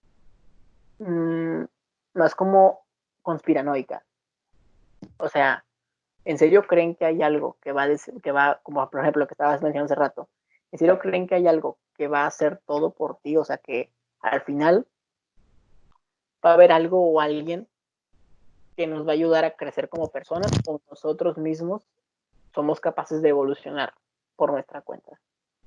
mmm, más como conspiranoica. O sea, ¿en serio creen que hay algo que va a decir, que va, como por ejemplo lo que estabas mencionando hace rato, ¿en serio creen que hay algo que va a hacer todo por ti? O sea, que al final va a haber algo o alguien que nos va a ayudar a crecer como personas, o nosotros mismos somos capaces de evolucionar por nuestra cuenta.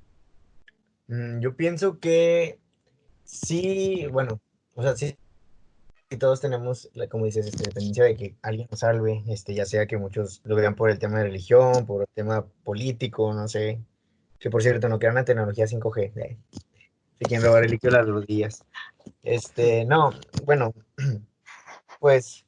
Yo pienso que sí, bueno, o sea, sí, sí todos tenemos, como dices, dependencia de que alguien nos salve, ya sea que muchos lo vean por el tema de religión, por el tema político, no sé. Que por cierto, no crean la tecnología 5G, se quieren robar el líquido de las rodillas. No, bueno, pues,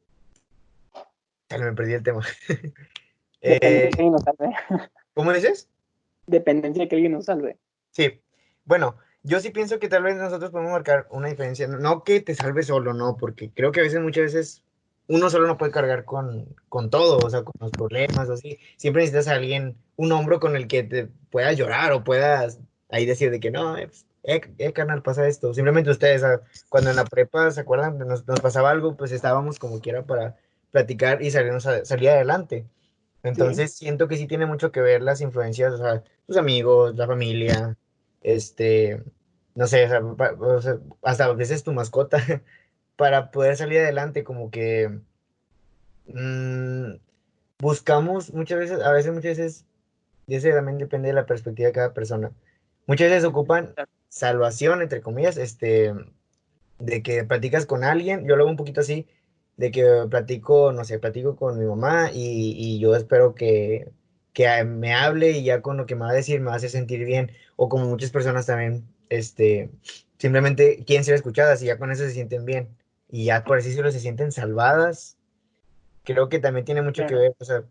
me perdí el tema. Dependencia Eh, que alguien nos salve. ¿Cómo dices? Dependencia que alguien nos salve. Sí, bueno, yo sí pienso que tal vez nosotros podemos marcar una diferencia, no que te salves solo, no, porque creo que a veces, muchas veces, uno solo no puede cargar con todo, o sea, con los problemas o así. Siempre necesitas a alguien, un hombro con el que te puedas llorar o puedas ahí decir de que no, carnal, pasa esto. Simplemente ustedes, cuando en la prepa, ¿se acuerdan? Nos pasaba algo, pues estábamos como quiera para platicar y salir adelante. Sí, Entonces siento que sí tiene mucho que ver las influencias, o sea, tus amigos, la familia, este, no sé, o sea, hasta a veces tu mascota, para poder salir adelante, como que mm, buscamos muchas veces, muchas veces, y eso también depende de la perspectiva de cada persona. Muchas veces ocupan claro. salvación, entre comillas, de que platicas con alguien, yo lo hago un poquito así, de que platico, no sé, platico con mi mamá y yo espero que me hable y ya con lo que me va a decir me hace sentir bien, o como muchas personas también, simplemente quieren ser escuchadas y ya con eso se sienten bien, y ya por así decirlo se sienten salvadas. Creo que también tiene mucho que Claro. ver, o sea,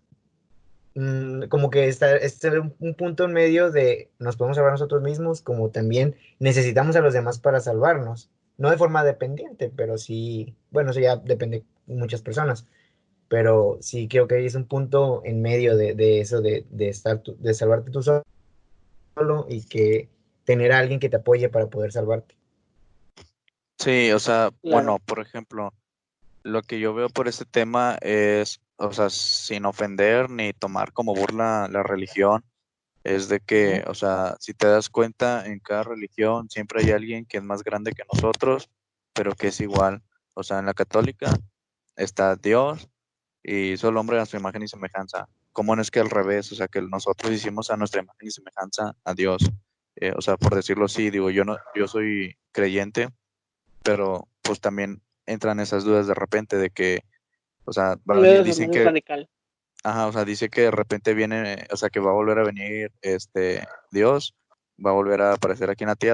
como que está un punto en medio de nos podemos salvar nosotros mismos, como también necesitamos a los demás para salvarnos. No de forma dependiente, pero sí, bueno, eso ya depende de muchas personas, pero sí creo que ahí es un punto en medio de eso, de salvarte tú solo y que tener a alguien que te apoye para poder salvarte. Sí, o sea, Claro. bueno, por ejemplo, lo que yo veo por este tema es, o sea, sin ofender ni tomar como burla la religión, es de Ujú. que, o sea, si te das cuenta, en cada religión siempre hay alguien que es más grande que nosotros, pero que es igual. O sea, en la católica está Dios y hizo el hombre a su imagen y semejanza. ¿Cómo no es que al revés? O sea, que nosotros hicimos a nuestra imagen y semejanza a Dios. O sea, por decirlo así, digo, yo no, yo soy creyente, pero pues también entran esas dudas de repente de que, o sea, Luego es dicen muy que, radical. ajá, o sea, dice que de repente viene, o sea, que va a volver a venir Dios, va a volver a aparecer aquí en la tierra,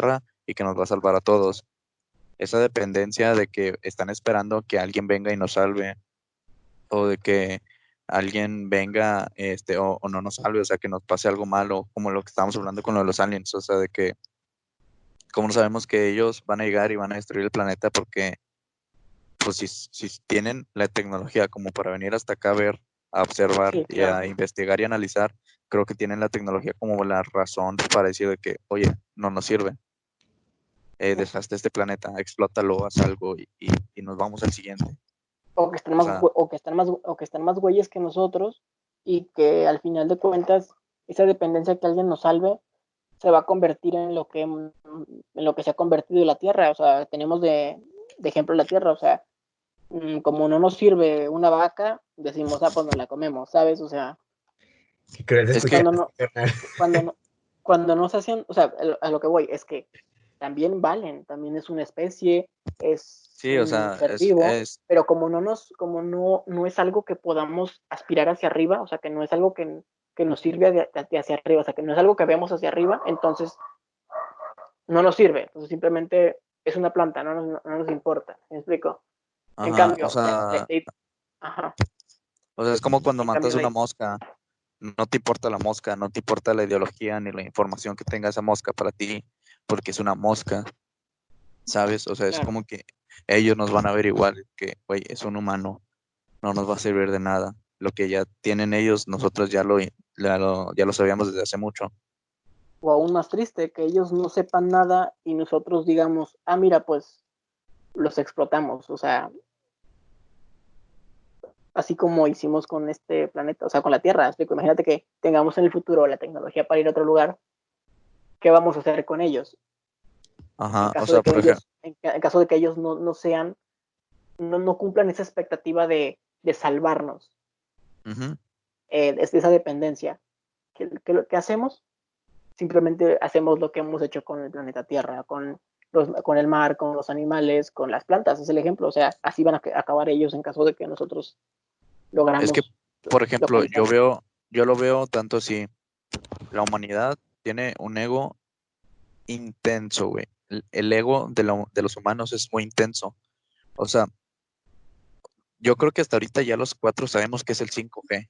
y que nos va a salvar a todos. Esa dependencia de que están esperando que alguien venga y nos salve, o de que alguien venga o no nos salve, o sea, que nos pase algo malo, como lo que estábamos hablando con lo de los aliens, o sea, de que como no sabemos que ellos van a llegar y van a destruir el planeta porque pues si tienen la tecnología como para venir hasta acá a ver, a observar Sí, y claro. a investigar y analizar, creo que tienen la tecnología como la razón para decir de que, oye, no nos sirve, dejaste este planeta, explótalo, haz algo y nos vamos al siguiente. O que están O más, sea, o que están más güeyes que nosotros y que al final de cuentas esa dependencia que alguien nos salve se va a convertir en lo que se ha convertido la Tierra. O sea, tenemos de ejemplo la Tierra. O sea, como no nos sirve una vaca, decimos, pues nos la comemos, ¿sabes? O sea, Qué cruel de es que, escuchar, cuando no, carnal. cuando no, cuando no se hacen, o sea, a lo que voy es que también valen, también es una especie, es sí, o un sea, ser vivo, pero como no es algo que podamos aspirar hacia arriba, o sea, que no es algo que nos sirve de hacia arriba, o sea, que no es algo que vemos hacia arriba, entonces no nos sirve, entonces simplemente es una planta, no nos importa, ¿me explico? En ajá, cambio, ajá, o sea, es como cuando en cambio matas una de, mosca. No te importa la mosca, no te importa la ideología ni la información que tenga esa mosca para ti, porque es una mosca, ¿sabes? O sea, es claro, como que ellos nos van a ver igual, que, güey, es un humano, no nos va a servir de nada. Lo que ya tienen ellos, nosotros ya lo sabíamos desde hace mucho. o aún más triste, que ellos no sepan nada y nosotros digamos, mira, pues los explotamos, o sea, así como hicimos con este planeta, o sea, con la Tierra. Explico, imagínate que tengamos en el futuro la tecnología para ir a otro lugar, ¿qué vamos a hacer con ellos? En Ajá, o caso de sea, que por ejemplo, ellos no sean, no cumplan esa expectativa de salvarnos, de esa dependencia. ¿Qué hacemos? Simplemente hacemos lo que hemos hecho con el planeta Tierra, con el mar, con los animales, con las plantas, es el ejemplo. O sea, así van a acabar ellos en caso de que nosotros es que, logramos por ejemplo, localizarlos. yo lo veo tanto así, la humanidad tiene un ego intenso, güey. El ego de los humanos es muy intenso. O sea, yo creo que hasta ahorita ya los cuatro sabemos qué es el 5G.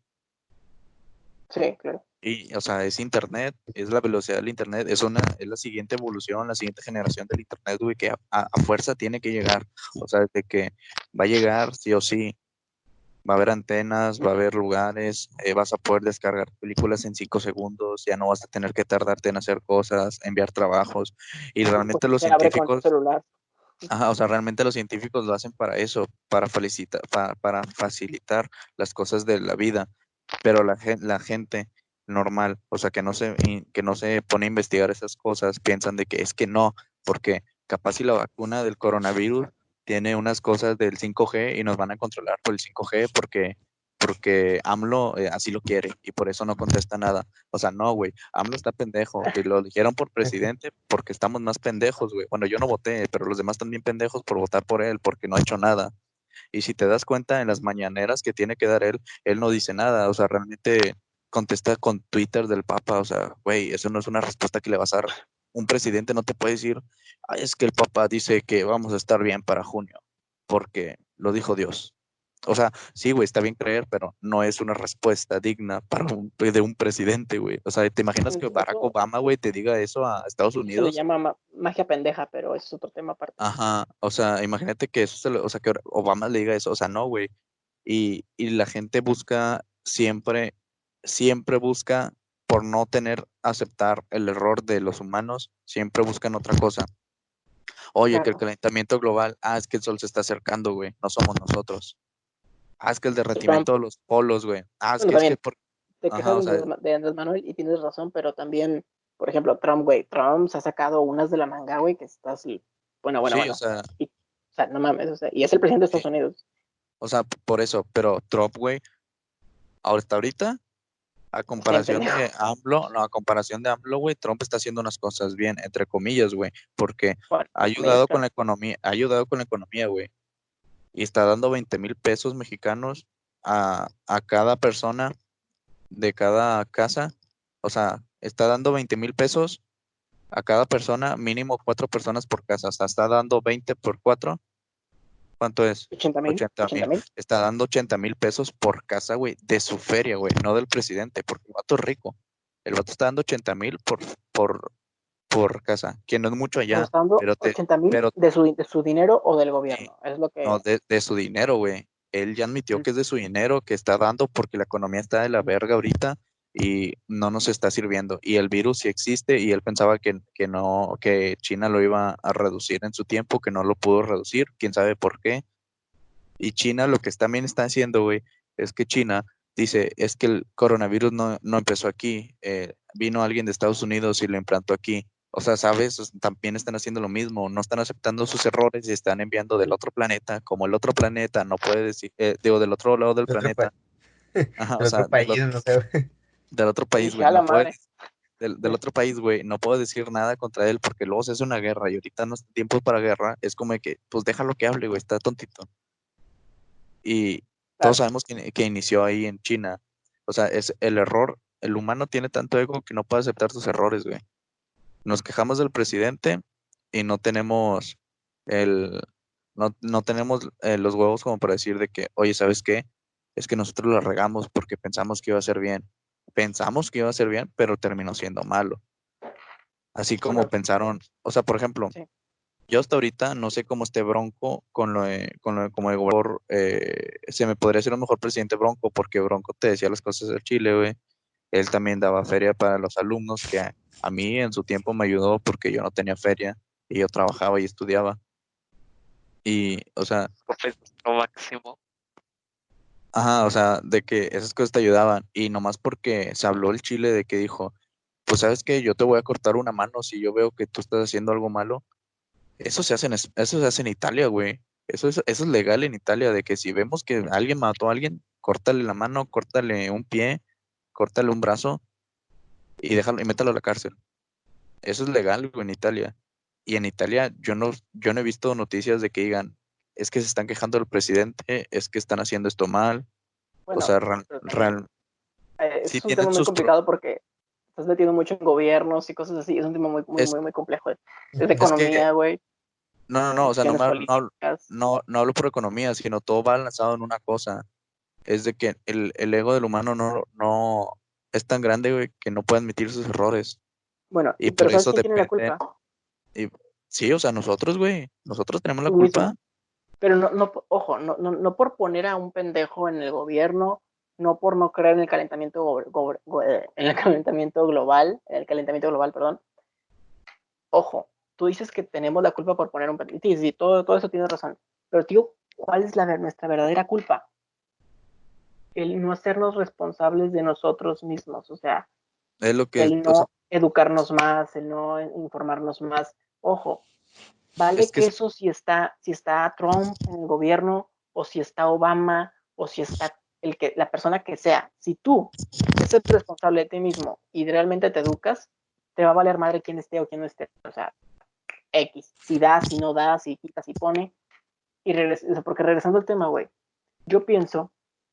Sí, claro. Y, o sea, es internet, es la velocidad del internet, es la siguiente evolución, la siguiente generación del internet, güey, que a fuerza tiene que llegar. O sea, de que va a llegar sí o sí. Va a haber antenas, va a haber lugares, vas a poder descargar películas en 5 segundos, ya no vas a tener que tardarte en hacer cosas, enviar trabajos. Y Pues realmente los se abre con tu científicos, celular. ajá, o sea, realmente los científicos lo hacen para eso, para facilitar las cosas de la vida, pero la gente normal, o sea, que no se pone a investigar esas cosas, piensan de que es que no, porque capaz si la vacuna del coronavirus tiene unas cosas del 5G y nos van a controlar por el 5G porque AMLO así lo quiere y por eso no contesta nada. O sea, no, güey, AMLO está pendejo, y lo eligieron por presidente porque estamos más pendejos, güey. Bueno, yo no voté, pero los demás están bien pendejos por votar por él porque no ha hecho nada. Y si te das cuenta en las mañaneras que tiene que dar él no dice nada, o sea, realmente contesta con Twitter del Papa, o sea, güey, eso no es una respuesta que le vas a dar. Un presidente no te puede decir, "Ay, es que el Papa dice que vamos a estar bien para junio, porque lo dijo Dios." O sea, sí, güey, está bien creer, pero no es una respuesta digna de un presidente, güey. O sea, ¿te imaginas que Barack Eso, Obama, güey, te diga eso a Estados eso se le Unidos? llama magia pendeja, pero eso es otro tema aparte. Ajá, o sea, imagínate que o sea, que Obama le diga eso, o sea, no, güey. Y la gente busca siempre busca por no aceptar el error de los humanos, siempre buscan otra cosa. Oye, que el Claro. calentamiento global, es que el sol se está acercando, güey, no somos nosotros. Es que el Trump, derretimiento de los polos, güey. bueno, Es que también por, te ajá, quejas o sea, de Andrés Manuel y tienes razón, pero también, por ejemplo, Trump, güey, Trump se ha sacado unas de la manga, güey, que está así. Bueno, bueno, sí, bueno. Y, o sea, no mames, o sea, y es el presidente de eh, Estados Unidos. por eso, pero Trump, güey, hasta ahorita a Está bien comparación pendejo. de AMLO, no, a comparación de AMLO, güey, Trump está haciendo unas cosas bien, entre comillas, güey, porque Bueno, ha comillas, ayudado con claro. la economía, güey, y está dando 20,000 pesos mexicanos a cada persona de cada casa, o sea, está dando 20,000 pesos A cada persona, mínimo 4 personas por casa. O sea, está dando 20 por 4. ¿Cuánto es? 80,000, 80,000. 80,000. Está dando 80,000 pesos por casa, güey, de su feria, güey, no del presidente, porque el vato es rico. El vato está dando 80,000 por casa, que no es mucho O sea, allá, está dando pero 80,000 pero de su dinero o del sí, gobierno. Es lo no, que. de su dinero, güey. Él ya admitió Mm, que es de su dinero, que está dando porque la economía está de la verga ahorita y no nos está sirviendo. Y el virus sí existe y él pensaba que no, que China lo iba a reducir en su tiempo, que no lo pudo reducir, quién sabe por qué. Y China lo que también está haciendo, güey, es que China dice, es que el coronavirus no empezó aquí, vino alguien de Estados Unidos y lo implantó aquí. O sea, ¿sabes? También están haciendo lo mismo, no están aceptando sus errores y están enviando del otro planeta, como el otro planeta no puede decir, digo, del otro lado del De otro, pa- planeta, ajá, o de sea, otro país, no sé, güey. del otro Y país, dije, güey, a la no madre. puedes, del otro país, güey, no puedo decir nada contra él porque luego se hace una guerra y ahorita no es tiempo para guerra, es como de que, pues déjalo que hable, güey, está tontito. Y todos Claro. sabemos que inició ahí en China. O sea, es el error. El humano tiene tanto ego que no puede aceptar sus errores, güey. Nos quejamos del presidente y no tenemos el, no tenemos los huevos como para decir de que, oye, ¿sabes qué? Es que nosotros la regamos porque pensamos que iba a ser bien. Pensamos que iba a ser bien, pero terminó siendo malo. Así como Bueno, pensaron, o sea, por ejemplo, sí. yo hasta ahorita no sé cómo esté Bronco con lo de como de gobernador. Se me podría ser un mejor presidente Bronco, porque Bronco te decía las cosas del Chile, güey. Él también daba feria para los alumnos, que a mí en su tiempo me ayudó porque yo no tenía feria y yo trabajaba y estudiaba. Y, o sea, Pues, lo máximo. ajá, o sea, de que esas cosas te ayudaban. Y nomás porque se habló el Chile de que dijo, pues sabes que yo te voy a cortar una mano si yo veo que tú estás haciendo algo malo. Eso se hace en Italia, güey. Eso es legal en Italia, de que si vemos que alguien mató a alguien, córtale la mano, córtale un pie, córtale un brazo y déjalo y métalo a la cárcel. Eso es legal, güey, en Italia. Y en Italia yo no he visto noticias de que digan, es que se están quejando del presidente, es que están haciendo esto mal. O Bueno, sea, pero también sí es un tienen tema muy sus complicado porque estás metiendo mucho en gobiernos y cosas así. Es un tema muy, muy, es, muy, muy complejo. Es de es que economía, güey, no, o sea, decisiones políticas. no hablo por economía, sino todo va lanzado en una cosa. Es de que el ego del humano no es tan grande, güey, que no puede admitir sus errores. Bueno, Y pero por ¿sabes eso quién tiene la depende. culpa? Y, sí, o sea, nosotros, güey, nosotros tenemos la Tú culpa. mismo. Pero ojo, no por poner a un pendejo en el gobierno, no por no creer en el calentamiento, en el calentamiento global, perdón. Ojo, tú dices que tenemos la culpa por poner un pendejo. Sí, sí, todo eso tienes razón. Pero tío, ¿cuál es nuestra verdadera culpa? El no hacernos responsables de nosotros mismos, o sea, Es lo que, el o sea, no educarnos más, el no informarnos más. Ojo, es vale que que eso si está Trump en el gobierno, o si está Obama, o si está la persona que sea, si tú eres responsable de ti mismo y realmente te educas, te va a valer madre quién esté o quién no esté. O sea, X, si da, si no da, si quita, si pone. Porque regresando al tema, güey, yo pienso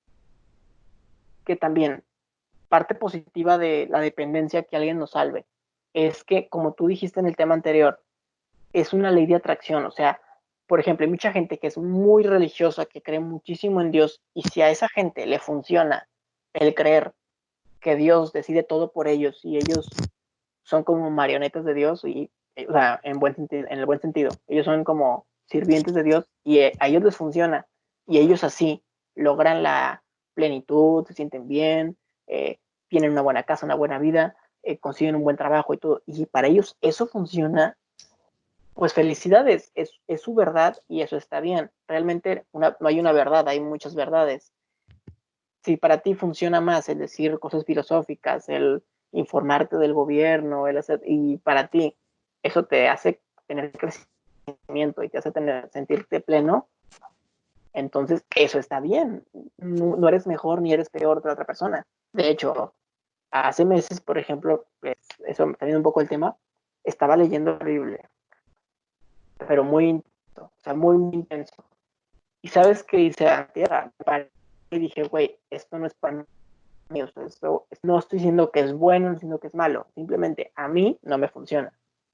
que también parte positiva de la dependencia que alguien nos salve es que, como tú dijiste en el tema anterior, es una ley de atracción. O sea, por ejemplo, hay mucha gente que es muy religiosa, que cree muchísimo en Dios, y si a esa gente le funciona el creer que Dios decide todo por ellos y ellos son como marionetas de Dios, y, o sea, en el buen sentido, ellos son como sirvientes de Dios y a ellos les funciona, y ellos así logran la plenitud, se sienten bien, tienen una buena casa, una buena vida, consiguen un buen trabajo y todo, y para ellos eso funciona. Pues felicidades, es su verdad y eso está bien. Realmente no hay una verdad, hay muchas verdades. Si para ti funciona más el decir cosas filosóficas, el informarte del gobierno, y para ti eso te hace tener crecimiento y te hace sentirte pleno, entonces eso está bien. No eres mejor ni eres peor que la otra persona. De hecho, hace meses, por ejemplo, pues, eso también un poco el tema, estaba leyendo la Biblia, pero muy intenso, o sea, muy, muy intenso. Y sabes qué dice la tierra. Y dije, güey, esto no es para mí. O sea, esto, no estoy diciendo que es bueno, no estoy diciendo que es malo. Simplemente a mí no me funciona.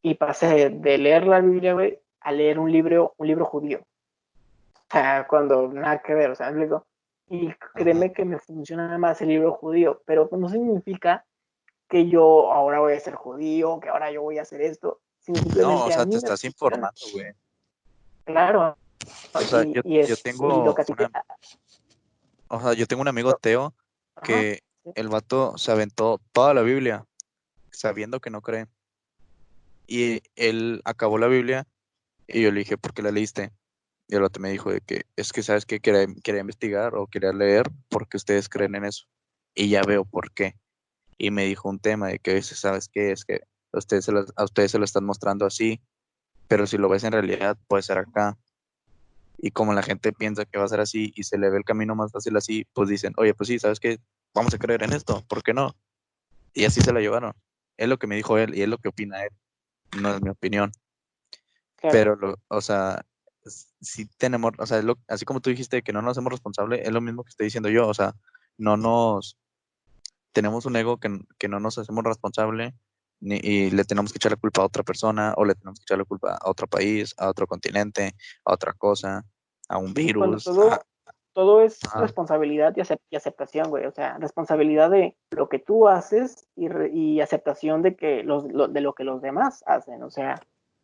y pasé de leer la Biblia, güey, a leer un libro judío. O sea, cuando nada que ver, o sea, ¿me explico? Y créeme que me funciona más el libro judío, pero no significa que yo ahora voy a ser judío, que ahora yo voy a hacer esto, sino No, o simplemente a sea, te mí me estás funciona. informando, güey. Claro, O sea, yo y lo tengo que a ti te... o sea, yo tengo un amigo ateo Ajá, que sí, el vato se aventó toda la Biblia sabiendo que no cree. Y él acabó la Biblia y yo le dije, ¿por qué la leíste? Y el vato me dijo de que es que sabes que quería investigar o quería leer porque ustedes creen en eso. Y ya veo por qué. Y me dijo un tema de que dice, ¿sabes qué? Es que a ustedes se lo están mostrando así, pero si lo ves en realidad puede ser acá. Y como la gente piensa que va a ser así y se le ve el camino más fácil así, pues dicen, oye, pues sí, ¿sabes qué? Vamos a creer en esto, ¿por qué no? Y así se la llevaron. Es lo que me dijo él y es lo que opina él, no es mi opinión. claro, Pero, o sea, sí tenemos, o sea, así como tú dijiste que no nos hacemos responsables, es lo mismo que estoy diciendo yo, o sea, no nos, tenemos un ego que no nos hacemos responsable y le tenemos que echar la culpa a otra persona o le tenemos que echar la culpa a otro país, a otro continente, a otra cosa, a un cuando virus, todo es a- responsabilidad y aceptación, güey. O sea, responsabilidad de lo que tú haces y aceptación de que de lo que los demás hacen. O sea,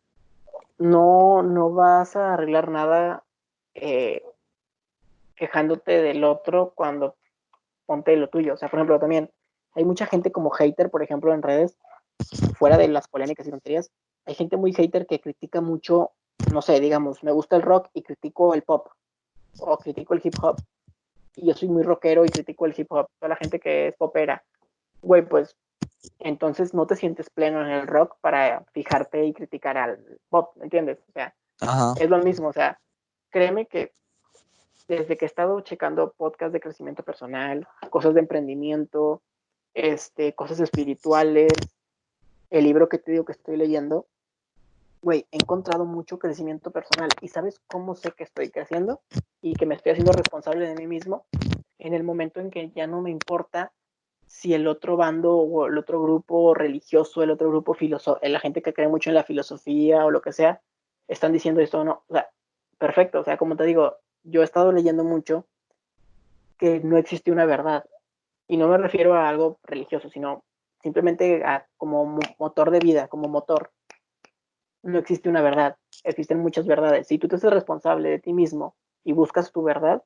no vas a arreglar nada eh, quejándote del otro cuando ponte lo tuyo. O sea, por ejemplo, también hay mucha gente como hater, por ejemplo, en redes, fuera de las polémicas y tonterías, hay gente muy hater que critica mucho, no sé, digamos, me gusta el rock y critico el pop o critico el hip hop y yo soy muy rockero y critico el hip hop, toda la gente que es popera, güey, pues entonces no te sientes pleno en el rock para fijarte y criticar al pop, ¿entiendes? O sea, ajá, es lo mismo, o sea, créeme que desde que he estado checando podcasts de crecimiento personal, cosas de emprendimiento, cosas espirituales, el libro que te digo que estoy leyendo, güey, he encontrado mucho crecimiento personal. ¿Y sabes cómo sé que estoy creciendo y que me estoy haciendo responsable de mí mismo? En el momento en que ya no me importa si el otro bando o el otro grupo religioso, el otro grupo filosófico, la gente que cree mucho en la filosofía o lo que sea, están diciendo esto o no. O sea, perfecto. O sea, como te digo, yo he estado leyendo mucho que no existe una verdad. Y no me refiero a algo religioso, sino simplemente a como motor de vida, como motor. No existe una verdad, existen muchas verdades. Si tú te haces responsable de ti mismo y buscas tu verdad,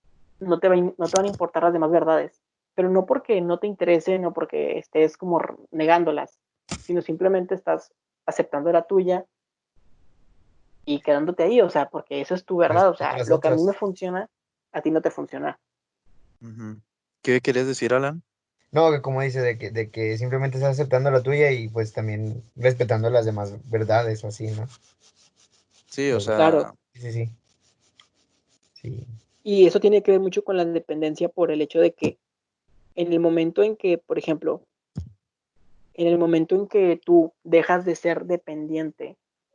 no te van a importar las demás verdades. Pero no porque no te interese, no porque estés como negándolas, sino simplemente estás aceptando la tuya y quedándote ahí, o sea, porque eso es tu verdad, o Respetando sea, las lo que a mí me otras. funciona, a ti no te funciona. ujú. ¿Qué querías decir, Alan? No, que como dice, de que simplemente estás aceptando la tuya y pues también respetando las demás verdades o así, ¿no? Sí, o Los demás. Claro, sea, Sí, sí, sí. y eso tiene que ver mucho con la dependencia por el hecho de que en el momento en que, por ejemplo, en el momento en que tú dejas de ser dependiente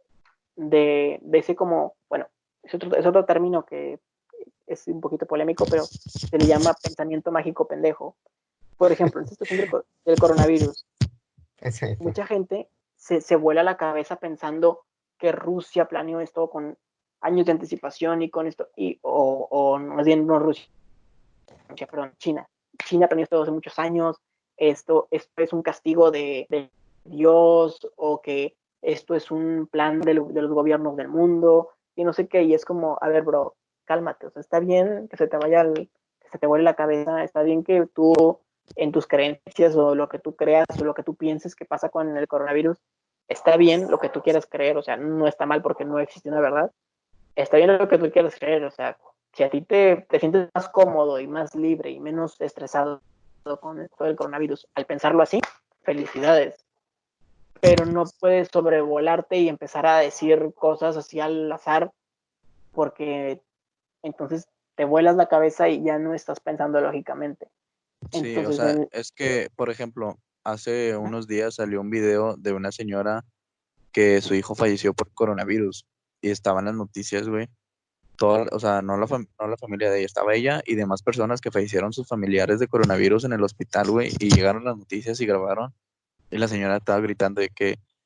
de ese como, bueno, es otro término que es un poquito polémico, pero se le llama pensamiento mágico pendejo. Por ejemplo, en esta situación del coronavirus, Es cierto. mucha gente se vuela la cabeza pensando que Rusia planeó esto con años de anticipación y con esto, o más bien no Rusia, perdón, China. China planeó esto hace muchos años, esto es un castigo de Dios o que esto es un plan de los gobiernos del mundo y no sé qué, y es como, a ver, bro, cálmate, o sea, está bien que se te vaya, que se te vuele la cabeza, está bien que tú en tus creencias o lo que tú creas o lo que tú pienses que pasa con el coronavirus, está bien lo que tú quieras creer, o sea, no está mal porque no existe una verdad, está bien lo que tú quieras creer, o sea, si a ti te sientes más cómodo y más libre y menos estresado con esto del coronavirus, al pensarlo así, felicidades, pero no puedes sobrevolarte y empezar a decir cosas así al azar porque entonces te vuelas la cabeza y ya no estás pensando lógicamente. sí, o Entonces, sea, es que, por ejemplo, hace unos días salió un video de una señora que su hijo falleció por coronavirus y estaba en las noticias, güey. O sea, no la familia de ella, estaba ella y demás personas que fallecieron sus familiares de coronavirus en el hospital, güey, y llegaron las noticias y grabaron y la señora estaba gritando de que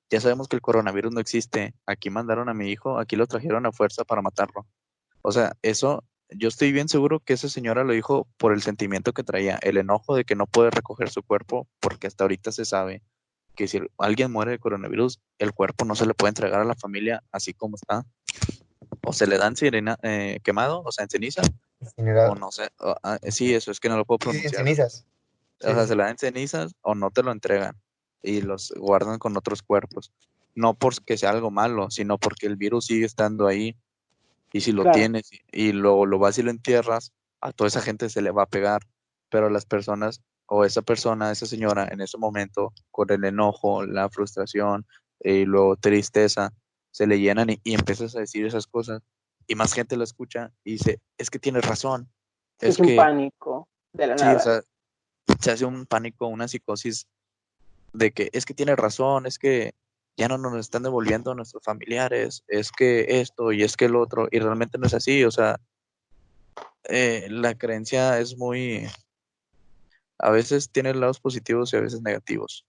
ya sabemos que el coronavirus no existe, aquí mandaron a mi hijo, aquí lo trajeron a fuerza para matarlo. O sea, eso, yo estoy bien seguro que esa señora lo dijo por el sentimiento que traía, el enojo de que no puede recoger su cuerpo, porque hasta ahorita se sabe que si alguien muere de coronavirus, el cuerpo no se le puede entregar a la familia así como está, o se le dan quemado, o sea, en ceniza, o no sé, sí, eso es que no lo puedo Sí, en pronunciar. cenizas. O Sí, sea, sí. se le dan cenizas o no te lo entregan y los guardan con otros cuerpos. No porque sea algo malo, sino porque el virus sigue estando ahí y si lo Claro, tienes y lo vas y lo entierras, a toda esa gente se le va a pegar, pero a las personas o esa persona, esa señora, en ese momento, con el enojo, la frustración y luego tristeza, se le llenan y empiezas a decir esas cosas y más gente lo escucha y dice, es que tienes razón, se es hace un que pánico de la sí, o nada. sea, se hace un pánico, una psicosis de que es que tiene razón, es que ya no nos están devolviendo a nuestros familiares, es que esto y es que el otro, y realmente no es así, o sea, la creencia es muy, a veces tiene lados positivos y a veces negativos.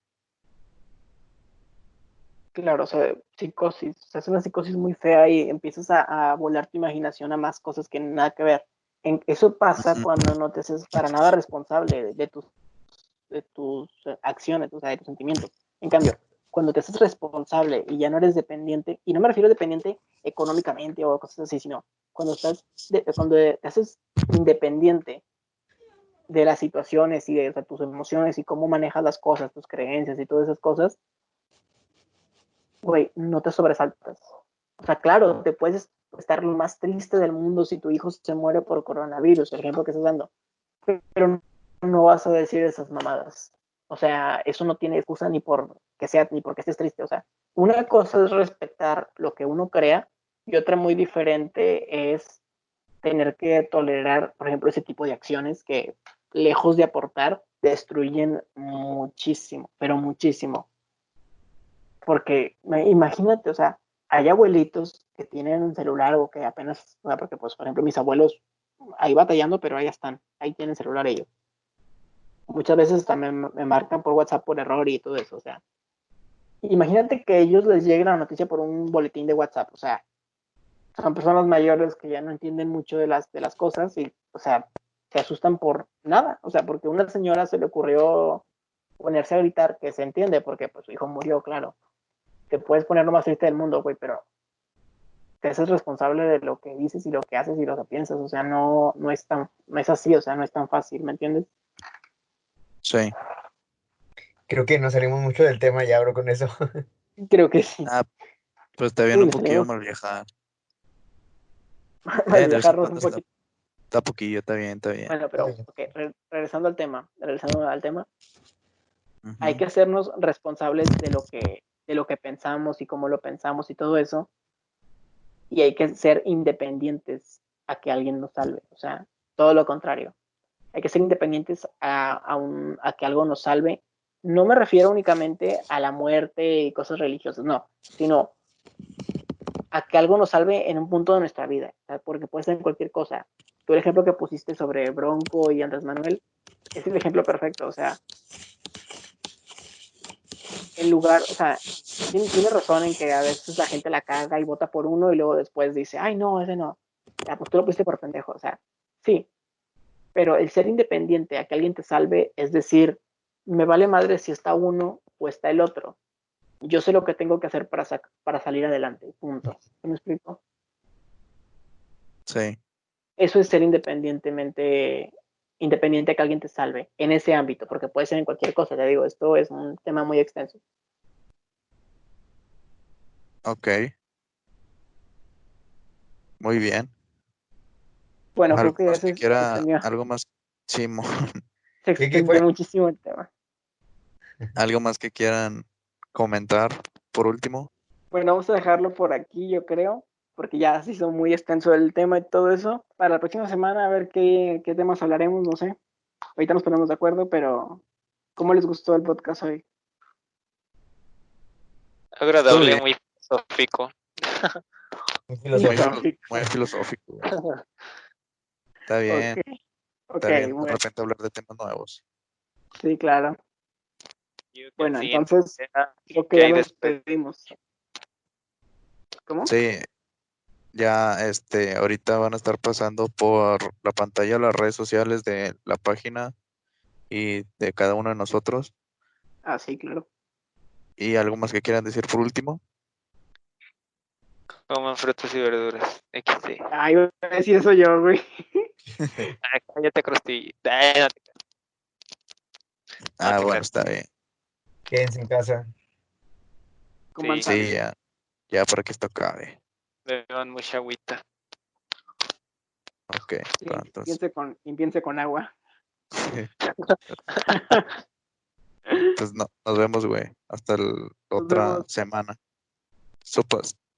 Claro, o sea, psicosis, o sea, es una psicosis muy fea y empiezas a volar tu imaginación a más cosas que nada que ver. Eso pasa Ujú. cuando no te haces para nada responsable de tus acciones, o sea, de tus sentimientos. En cambio, cuando te haces responsable y ya no eres dependiente, y no me refiero a dependiente económicamente o cosas así, sino cuando te haces independiente de las situaciones y de, o sea, tus emociones y cómo manejas las cosas, tus creencias y todas esas cosas, güey, no te sobresaltas. O sea, claro, te puedes estar lo más triste del mundo si tu hijo se muere por coronavirus, el ejemplo que estás dando, pero no vas a decir esas mamadas. O sea, eso no tiene excusa ni porque estés triste. O sea, una cosa es respetar lo que uno crea y otra muy diferente es tener que tolerar, por ejemplo, ese tipo de acciones que, lejos de aportar, destruyen muchísimo, pero muchísimo. Porque imagínate, o sea, hay abuelitos que tienen un celular o que apenas, o sea, porque pues, por ejemplo, mis abuelos ahí batallando, pero ahí están, ahí tienen celular ellos. Muchas veces también me marcan por WhatsApp por error y todo eso, o sea, imagínate que ellos les llegue la noticia por un boletín de WhatsApp, o sea, son personas mayores que ya no entienden mucho de las cosas y, o sea, se asustan por nada, o sea, porque a una señora se le ocurrió ponerse a gritar, que se entiende, porque pues su hijo murió, claro, te puedes poner lo más triste del mundo, güey, pero te haces responsable de lo que dices y lo que haces y lo que piensas, o sea, no es así, o sea, no es tan fácil, ¿me entiendes? Sí. Creo que nos salimos mucho del tema ya, bro, con eso. Creo que sí. Ah, pues está bien Uy, un le poquillo salimos mal viajar. mal De vez en viajarnos cuando un está, poquito. está poquillo, está bien, está bien. Bueno, pero, ok, regresando al tema, hay Ujú. que hacernos responsables de lo que pensamos y cómo lo pensamos y todo eso, y hay que ser independientes a que alguien nos salve, o sea, todo lo contrario. Hay que ser independientes a que algo nos salve. No me refiero únicamente a la muerte y cosas religiosas, no, sino a que algo nos salve en un punto de nuestra vida, porque puede ser en cualquier cosa. Tú el ejemplo que pusiste sobre Bronco y Andrés Manuel es el ejemplo perfecto, o sea, en lugar, o sea, tiene razón en que a veces la gente la caga y vota por uno y luego después dice, ay, no, ese no. Ya, pues tú lo pusiste por pendejo, o sea, sí, pero el ser independiente a que alguien te salve es decir, me vale madre si está uno o está el otro. Yo sé lo que tengo que hacer para salir adelante, punto. ¿Sí me explico? Sí, Eso es ser independiente a que alguien te salve en ese ámbito, porque puede ser en cualquier cosa, te digo, esto es un tema muy extenso. ok, muy bien. Bueno, creo Algo que ya más que se quiera, extendió, algo más, sí, se ¿Qué extendió fue? muchísimo el tema. algo más que quieran comentar por último. Bueno, vamos a dejarlo por aquí, yo creo, porque ya se hizo muy extenso el tema y todo eso. Para la próxima semana, a ver qué temas hablaremos, no sé. Ahorita nos ponemos de acuerdo, pero ¿cómo les gustó el podcast hoy? Todo Agradable, bien, muy filosófico. Muy muy, filosófico. muy filosófico, güey. Está Ok, bien, ok, está bien de bueno, repente hablar de temas nuevos. sí, claro. Yo creo que Bueno, el siguiente entonces será creo que que ya hay nos después. despedimos. ¿Cómo? Sí, ya ahorita van a estar pasando por la pantalla las redes sociales de la página y de cada uno de nosotros. Ah, sí, claro. ¿Y algo más que quieran decir por último? Coman frutas y verduras. XD. Ay, voy a decir eso yo, güey. Ay, cállate, Krusty. Ay, no te- no Ah, te bueno, creas. está bien. Quédense en casa. Coman Sí, sal. Sí, ya para que esto acabe. beban mucha agüita. Ok, va, entonces, Limpiense con agua. entonces nos vemos, güey. Hasta la Nos otra vemos. semana. Sopas.